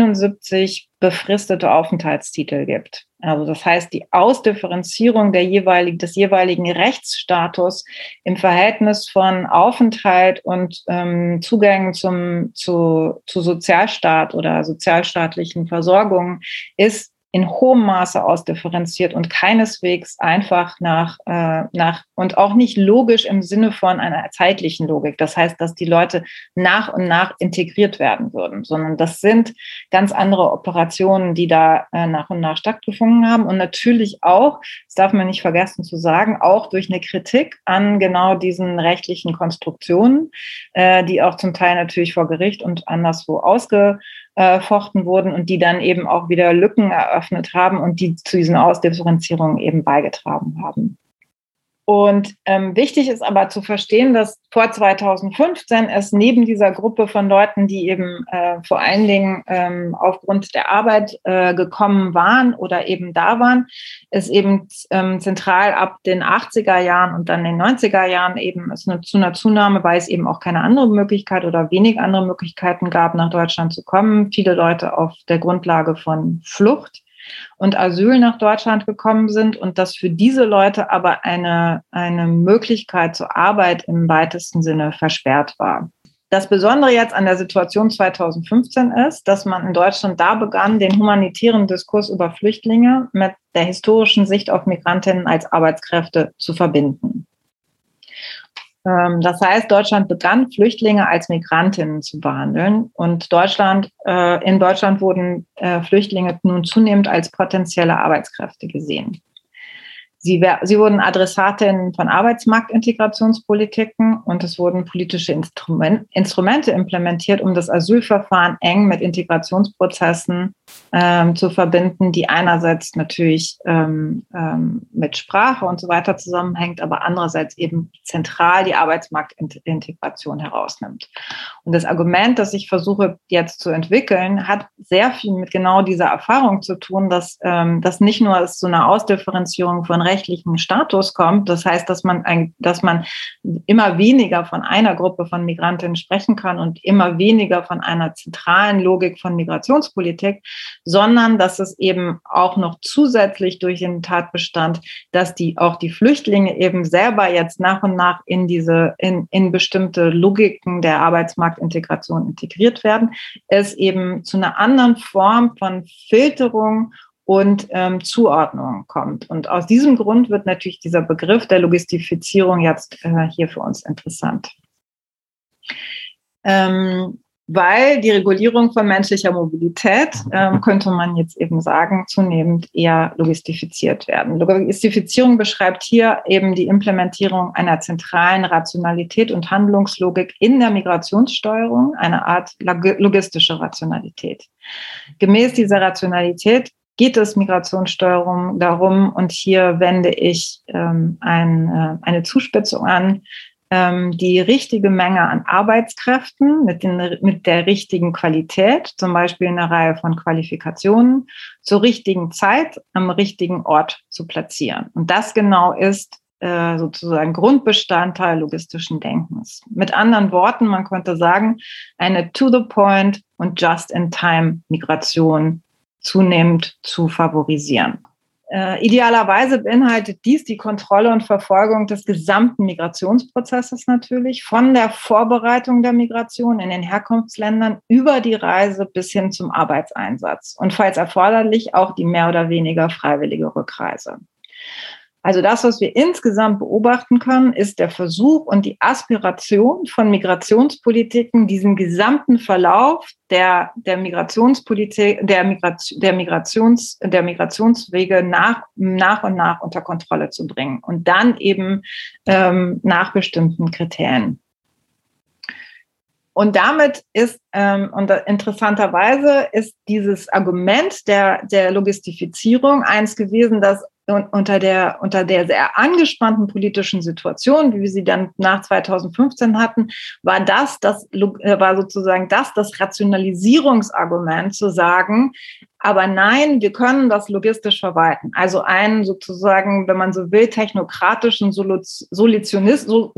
71 befristete Aufenthaltstitel gibt. Also das heißt, die Ausdifferenzierung des jeweiligen Rechtsstatus im Verhältnis von Aufenthalt und Zugängen zu Sozialstaat oder sozialstaatlichen Versorgungen ist in hohem Maße ausdifferenziert und keineswegs einfach und auch nicht logisch im Sinne von einer zeitlichen Logik. Das heißt, dass die Leute nach und nach integriert werden würden, sondern das sind ganz andere Operationen, die da nach und nach stattgefunden haben. Und natürlich auch, das darf man nicht vergessen zu sagen, auch durch eine Kritik an genau diesen rechtlichen Konstruktionen, die auch zum Teil natürlich vor Gericht und anderswo ausgefochten wurden und die dann eben auch wieder Lücken eröffnet haben und die zu diesen Ausdifferenzierungen eben beigetragen haben. Und wichtig ist aber zu verstehen, dass vor 2015 es neben dieser Gruppe von Leuten, die eben vor allen Dingen aufgrund der Arbeit gekommen waren oder eben da waren, es eben zentral ab den 80er Jahren und dann den 90er Jahren eben es zu einer Zunahme, weil es eben auch keine andere Möglichkeit oder wenig andere Möglichkeiten gab, nach Deutschland zu kommen. Viele Leute auf der Grundlage von Flucht und Asyl nach Deutschland gekommen sind und dass für diese Leute aber eine Möglichkeit zur Arbeit im weitesten Sinne versperrt war. Das Besondere jetzt an der Situation 2015 ist, dass man in Deutschland da begann, den humanitären Diskurs über Flüchtlinge mit der historischen Sicht auf Migrantinnen als Arbeitskräfte zu verbinden. Das heißt, Deutschland begann, Flüchtlinge als Migrantinnen zu behandeln. Und in Deutschland wurden Flüchtlinge nun zunehmend als potenzielle Arbeitskräfte gesehen. Sie wurden Adressatinnen von Arbeitsmarktintegrationspolitiken und es wurden politische Instrumente implementiert, um das Asylverfahren eng mit Integrationsprozessen zu verbinden, die einerseits natürlich mit Sprache und so weiter zusammenhängt, aber andererseits eben zentral die Arbeitsmarktintegration herausnimmt. Und das Argument, das ich versuche jetzt zu entwickeln, hat sehr viel mit genau dieser Erfahrung zu tun, dass nicht nur es zu einer Ausdifferenzierung von rechtlichen Status kommt, das heißt, dass man immer weniger von einer Gruppe von Migrantinnen sprechen kann und immer weniger von einer zentralen Logik von Migrationspolitik, sondern dass es eben auch noch zusätzlich durch den Tatbestand, dass auch die Flüchtlinge eben selber jetzt nach und nach in bestimmte Logiken der Arbeitsmarktintegration integriert werden, es eben zu einer anderen Form von Filterung und Zuordnung kommt. Und aus diesem Grund wird natürlich dieser Begriff der Logistifizierung jetzt hier für uns interessant. Weil die Regulierung von menschlicher Mobilität, könnte man jetzt eben sagen, zunehmend eher logistifiziert werden. Logistifizierung beschreibt hier eben die Implementierung einer zentralen Rationalität und Handlungslogik in der Migrationssteuerung, eine Art logistische Rationalität. Gemäß dieser Rationalität geht es Migrationssteuerung darum, und hier wende ich eine Zuspitzung an, die richtige Menge an Arbeitskräften mit der richtigen Qualität, zum Beispiel eine Reihe von Qualifikationen, zur richtigen Zeit am richtigen Ort zu platzieren. Und das genau ist sozusagen Grundbestandteil logistischen Denkens. Mit anderen Worten, man könnte sagen, eine To-the-Point und Just-in-Time-Migration zunehmend zu favorisieren. Idealerweise beinhaltet dies die Kontrolle und Verfolgung des gesamten Migrationsprozesses natürlich, von der Vorbereitung der Migration in den Herkunftsländern über die Reise bis hin zum Arbeitseinsatz und falls erforderlich auch die mehr oder weniger freiwillige Rückreise. Also das, was wir insgesamt beobachten können, ist der Versuch und die Aspiration von Migrationspolitiken, diesen gesamten Verlauf der Migrationspolitik, der Migrationswege nach und nach unter Kontrolle zu bringen und dann eben nach bestimmten Kriterien. Und damit ist, und interessanterweise ist dieses Argument der Logistifizierung eins gewesen, das unter der sehr angespannten politischen Situation, wie wir sie dann nach 2015 hatten, war sozusagen das Rationalisierungsargument zu sagen, aber nein, wir können das logistisch verwalten. Also einen sozusagen, wenn man so will, technokratischen Solutionism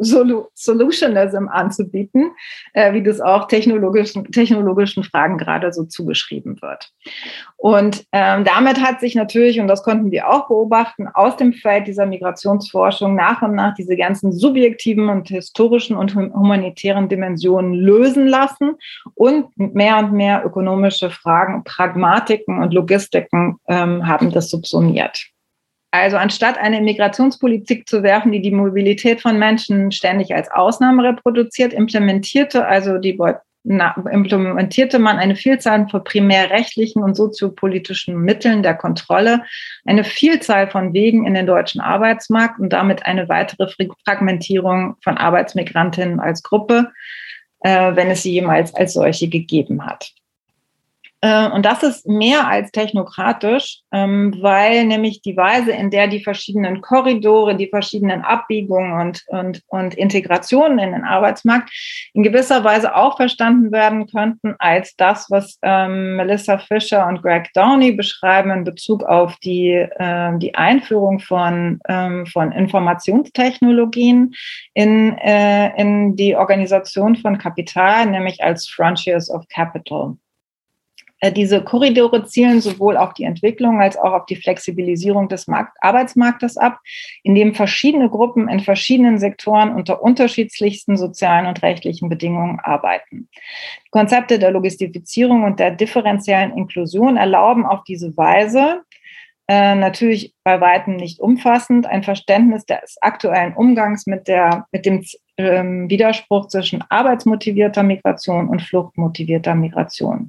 anzubieten, wie das auch technologischen Fragen gerade so zugeschrieben wird. Und damit hat sich natürlich, und das konnten wir auch auch beobachten, aus dem Feld dieser Migrationsforschung nach und nach diese ganzen subjektiven und historischen und humanitären Dimensionen lösen lassen und mehr ökonomische Fragen, Pragmatiken und Logistiken haben das subsumiert. Also anstatt eine Migrationspolitik zu werfen, die die Mobilität von Menschen ständig als Ausnahme reproduziert, implementierte man eine Vielzahl von primärrechtlichen und soziopolitischen Mitteln der Kontrolle, eine Vielzahl von Wegen in den deutschen Arbeitsmarkt und damit eine weitere Fragmentierung von Arbeitsmigrantinnen als Gruppe, wenn es sie jemals als solche gegeben hat. Und das ist mehr als technokratisch, weil nämlich die Weise, in der die verschiedenen Korridore, die verschiedenen Abbiegungen und Integrationen in den Arbeitsmarkt in gewisser Weise auch verstanden werden könnten als das, was Melissa Fisher und Greg Downey beschreiben in Bezug auf die Einführung von Informationstechnologien in die Organisation von Kapital, nämlich als Frontiers of Capital. Diese Korridore zielen sowohl auf die Entwicklung als auch auf die Flexibilisierung des Arbeitsmarktes ab, in dem verschiedene Gruppen in verschiedenen Sektoren unter unterschiedlichsten sozialen und rechtlichen Bedingungen arbeiten. Die Konzepte der Logistifizierung und der differenziellen Inklusion erlauben auf diese Weise, natürlich bei weitem nicht umfassend, ein Verständnis des aktuellen Umgangs mit dem Widerspruch zwischen arbeitsmotivierter Migration und fluchtmotivierter Migration.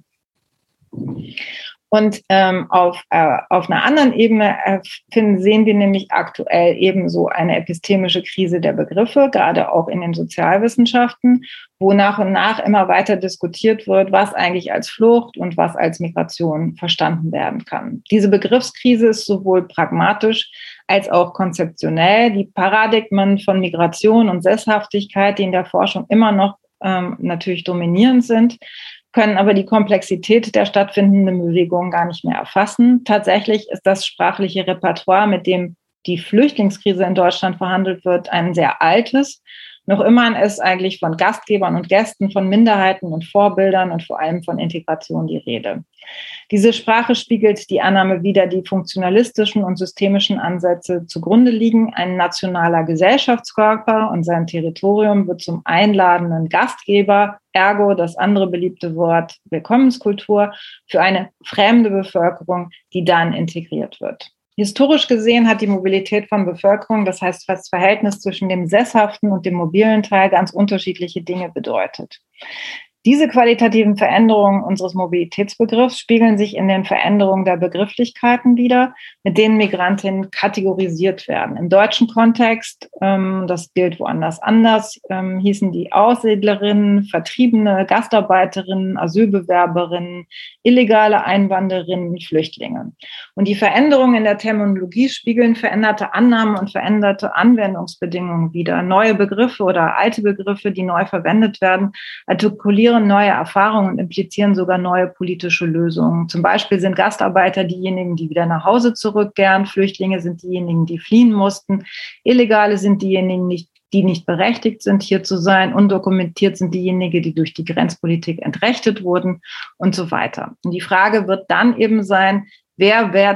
Und auf einer anderen Ebene sehen wir nämlich aktuell ebenso eine epistemische Krise der Begriffe, gerade auch in den Sozialwissenschaften, wo nach und nach immer weiter diskutiert wird, was eigentlich als Flucht und was als Migration verstanden werden kann. Diese Begriffskrise ist sowohl pragmatisch als auch konzeptionell. Die Paradigmen von Migration und Sesshaftigkeit, die in der Forschung immer noch natürlich dominierend sind, können aber die Komplexität der stattfindenden Bewegung gar nicht mehr erfassen. Tatsächlich ist das sprachliche Repertoire, mit dem die Flüchtlingskrise in Deutschland verhandelt wird, ein sehr altes. Noch immer ist eigentlich von Gastgebern und Gästen, von Minderheiten und Vorbildern und vor allem von Integration die Rede. Diese Sprache spiegelt die Annahme wider, die funktionalistischen und systemischen Ansätze zugrunde liegen. Ein nationaler Gesellschaftskörper und sein Territorium wird zum einladenden Gastgeber, ergo das andere beliebte Wort Willkommenskultur, für eine fremde Bevölkerung, die dann integriert wird. Historisch gesehen hat die Mobilität von Bevölkerung, das heißt das Verhältnis zwischen dem sesshaften und dem mobilen Teil, ganz unterschiedliche Dinge bedeutet. Diese qualitativen Veränderungen unseres Mobilitätsbegriffs spiegeln sich in den Veränderungen der Begrifflichkeiten wider, mit denen Migrantinnen kategorisiert werden. Im deutschen Kontext, das gilt woanders anders, hießen die Aussiedlerinnen, Vertriebene, Gastarbeiterinnen, Asylbewerberinnen, illegale Einwandererinnen, Flüchtlinge. Und die Veränderungen in der Terminologie spiegeln veränderte Annahmen und veränderte Anwendungsbedingungen wider. Neue Begriffe oder alte Begriffe, die neu verwendet werden, artikulieren neue Erfahrungen und implizieren sogar neue politische Lösungen. Zum Beispiel sind Gastarbeiter diejenigen, die wieder nach Hause zurückkehren, Flüchtlinge sind diejenigen, die fliehen mussten, Illegale sind diejenigen, die nicht berechtigt sind, hier zu sein, undokumentiert sind diejenigen, die durch die Grenzpolitik entrechtet wurden und so weiter. Und die Frage wird dann eben sein, wie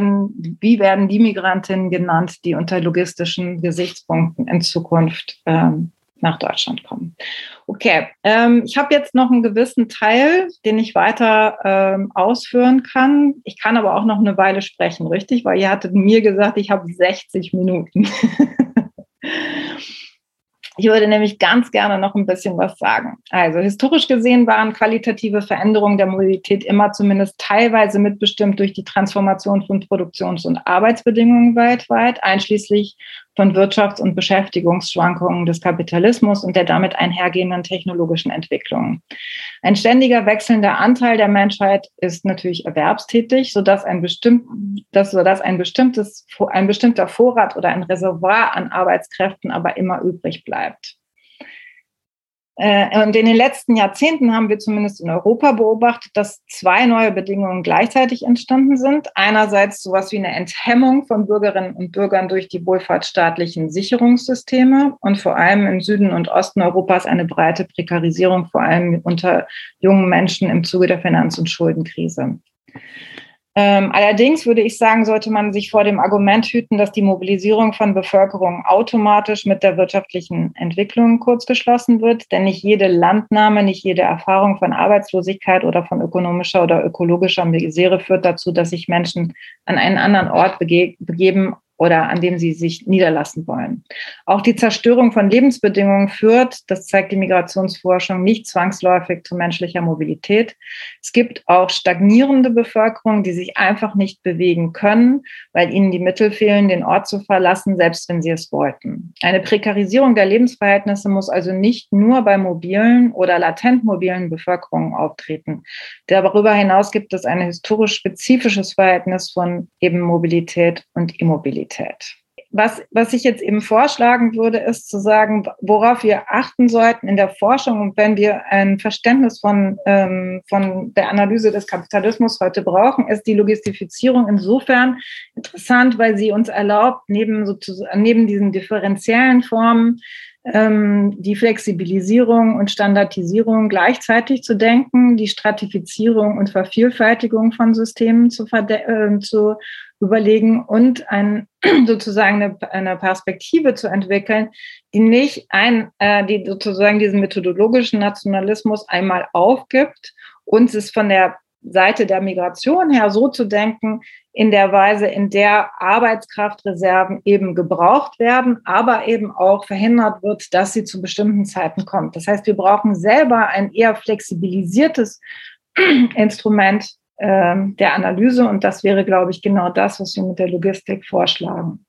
werden die Migrantinnen genannt, die unter logistischen Gesichtspunkten in Zukunft nach Deutschland kommen. Okay, ich habe jetzt noch einen gewissen Teil, den ich weiter ausführen kann. Ich kann aber auch noch eine Weile sprechen, richtig? Weil ihr hattet mir gesagt, ich habe 60 Minuten. Ich würde nämlich ganz gerne noch ein bisschen was sagen. Also historisch gesehen waren qualitative Veränderungen der Mobilität immer zumindest teilweise mitbestimmt durch die Transformation von Produktions- und Arbeitsbedingungen weltweit, einschließlich von Wirtschafts- und Beschäftigungsschwankungen des Kapitalismus und der damit einhergehenden technologischen Entwicklungen. Ein ständiger wechselnder Anteil der Menschheit ist natürlich erwerbstätig, sodass ein bestimmter Vorrat oder ein Reservoir an Arbeitskräften aber immer übrig bleibt. Und in den letzten Jahrzehnten haben wir zumindest in Europa beobachtet, dass zwei neue Bedingungen gleichzeitig entstanden sind. Einerseits sowas wie eine Enthemmung von Bürgerinnen und Bürgern durch die wohlfahrtsstaatlichen Sicherungssysteme und vor allem im Süden und Osten Europas eine breite Prekarisierung, vor allem unter jungen Menschen im Zuge der Finanz- und Schuldenkrise. Allerdings würde ich sagen, sollte man sich vor dem Argument hüten, dass die Mobilisierung von Bevölkerung automatisch mit der wirtschaftlichen Entwicklung kurzgeschlossen wird. Denn nicht jede Landnahme, nicht jede Erfahrung von Arbeitslosigkeit oder von ökonomischer oder ökologischer Misere führt dazu, dass sich Menschen an einen anderen Ort begeben oder an dem sie sich niederlassen wollen. Auch die Zerstörung von Lebensbedingungen führt, das zeigt die Migrationsforschung, nicht zwangsläufig zu menschlicher Mobilität. Es gibt auch stagnierende Bevölkerung, die sich einfach nicht bewegen können, weil ihnen die Mittel fehlen, den Ort zu verlassen, selbst wenn sie es wollten. Eine Prekarisierung der Lebensverhältnisse muss also nicht nur bei mobilen oder latent mobilen Bevölkerungen auftreten. Darüber hinaus gibt es ein historisch spezifisches Verhältnis von eben Mobilität und Immobilität. Was ich jetzt eben vorschlagen würde, ist zu sagen, worauf wir achten sollten in der Forschung und wenn wir ein Verständnis von der Analyse des Kapitalismus heute brauchen, ist die Logistifizierung insofern interessant, weil sie uns erlaubt, neben diesen differenziellen Formen die Flexibilisierung und Standardisierung gleichzeitig zu denken, die Stratifizierung und Vervielfältigung von Systemen zu überlegen und sozusagen eine Perspektive zu entwickeln, die nicht die sozusagen diesen methodologischen Nationalismus einmal aufgibt und es von der Seite der Migration her so zu denken, in der Weise, in der Arbeitskraftreserven eben gebraucht werden, aber eben auch verhindert wird, dass sie zu bestimmten Zeiten kommt. Das heißt, wir brauchen selber ein eher flexibilisiertes Instrument der Analyse und das wäre, glaube ich, genau das, was wir mit der Logistik vorschlagen.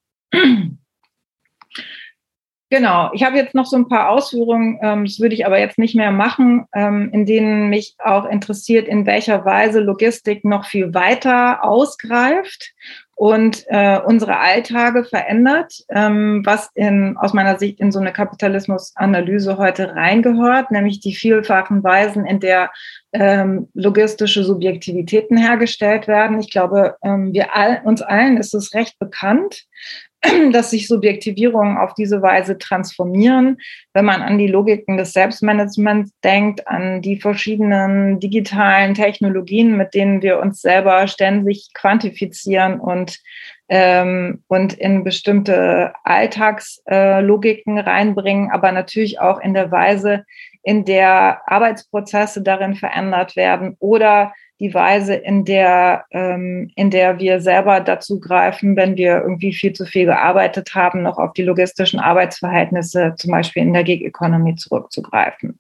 Genau, ich habe jetzt noch so ein paar Ausführungen, das würde ich aber jetzt nicht mehr machen, in denen mich auch interessiert, in welcher Weise Logistik noch viel weiter ausgreift und unsere Alltage verändert, was aus meiner Sicht in so eine Kapitalismusanalyse heute reingehört, nämlich die vielfachen Weisen, in der logistische Subjektivitäten hergestellt werden. Ich glaube, uns allen ist es recht bekannt, dass sich Subjektivierungen auf diese Weise transformieren. Wenn man an die Logiken des Selbstmanagements denkt, an die verschiedenen digitalen Technologien, mit denen wir uns selber ständig quantifizieren und in bestimmte Alltagslogiken reinbringen, aber natürlich auch in der Weise, in der Arbeitsprozesse darin verändert werden oder die Weise, in der wir selber dazu greifen, wenn wir irgendwie viel zu viel gearbeitet haben, noch auf die logistischen Arbeitsverhältnisse, zum Beispiel in der Gig Economy zurückzugreifen.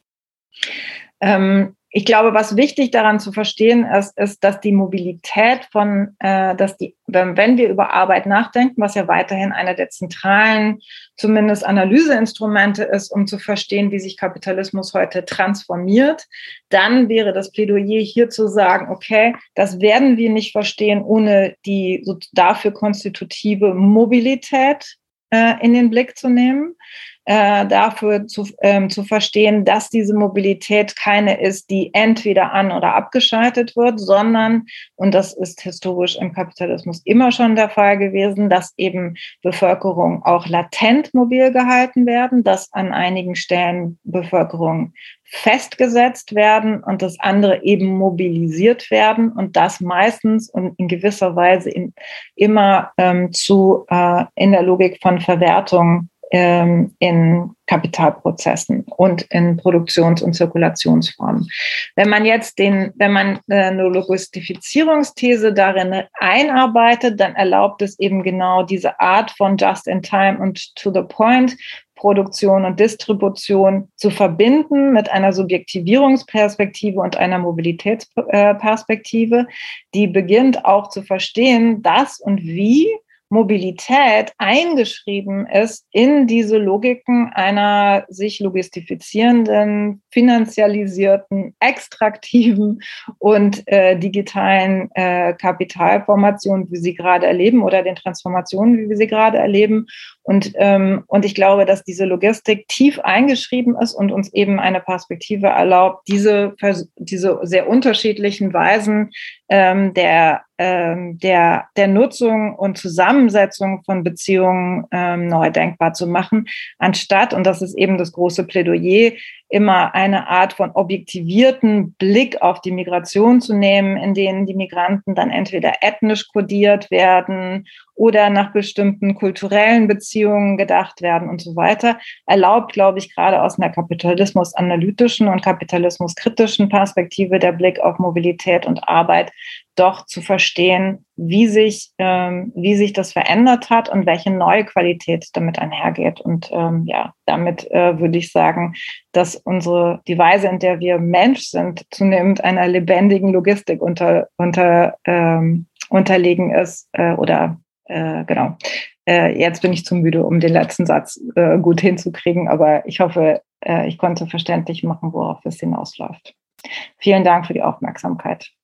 Ich glaube, was wichtig daran zu verstehen ist, dass die Mobilität wenn wir über Arbeit nachdenken, was ja weiterhin einer der zentralen, zumindest Analyseinstrumente ist, um zu verstehen, wie sich Kapitalismus heute transformiert, dann wäre das Plädoyer hier zu sagen, okay, das werden wir nicht verstehen, ohne die dafür konstitutive Mobilität in den Blick zu nehmen. Dafür zu verstehen, dass diese Mobilität keine ist, die entweder an- oder abgeschaltet wird, sondern, und das ist historisch im Kapitalismus immer schon der Fall gewesen, dass eben Bevölkerung auch latent mobil gehalten werden, dass an einigen Stellen Bevölkerung festgesetzt werden und das andere eben mobilisiert werden und das meistens und in gewisser Weise immer in der Logik von Verwertung in Kapitalprozessen und in Produktions- und Zirkulationsformen. Wenn man eine Logistifizierungsthese darin einarbeitet, dann erlaubt es eben genau diese Art von Just-in-Time und To-the-Point Produktion und Distribution zu verbinden mit einer Subjektivierungsperspektive und einer Mobilitätsperspektive, die beginnt auch zu verstehen, dass und wie Mobilität eingeschrieben ist in diese Logiken einer sich logistifizierenden, finanzialisierten, extraktiven und digitalen Kapitalformation, wie wir sie gerade erleben, oder den Transformationen, wie wir sie gerade erleben. Und ich glaube, dass diese Logistik tief eingeschrieben ist und uns eben eine Perspektive erlaubt, diese sehr unterschiedlichen Weisen der Nutzung und Zusammensetzung von Beziehungen neu denkbar zu machen, anstatt, und das ist eben das große Plädoyer, immer eine Art von objektivierten Blick auf die Migration zu nehmen, in denen die Migranten dann entweder ethnisch kodiert werden oder nach bestimmten kulturellen Beziehungen gedacht werden und so weiter, erlaubt, glaube ich, gerade aus einer kapitalismusanalytischen und kapitalismuskritischen Perspektive der Blick auf Mobilität und Arbeit doch zu verstehen, wie sich das verändert hat und welche neue Qualität damit einhergeht. Und damit würde ich sagen, dass die Weise, in der wir Mensch sind, zunehmend einer lebendigen Logistik unterlegen ist genau. Jetzt bin ich zu müde, um den letzten Satz gut hinzukriegen, aber ich hoffe, ich konnte verständlich machen, worauf es hinausläuft. Vielen Dank für die Aufmerksamkeit.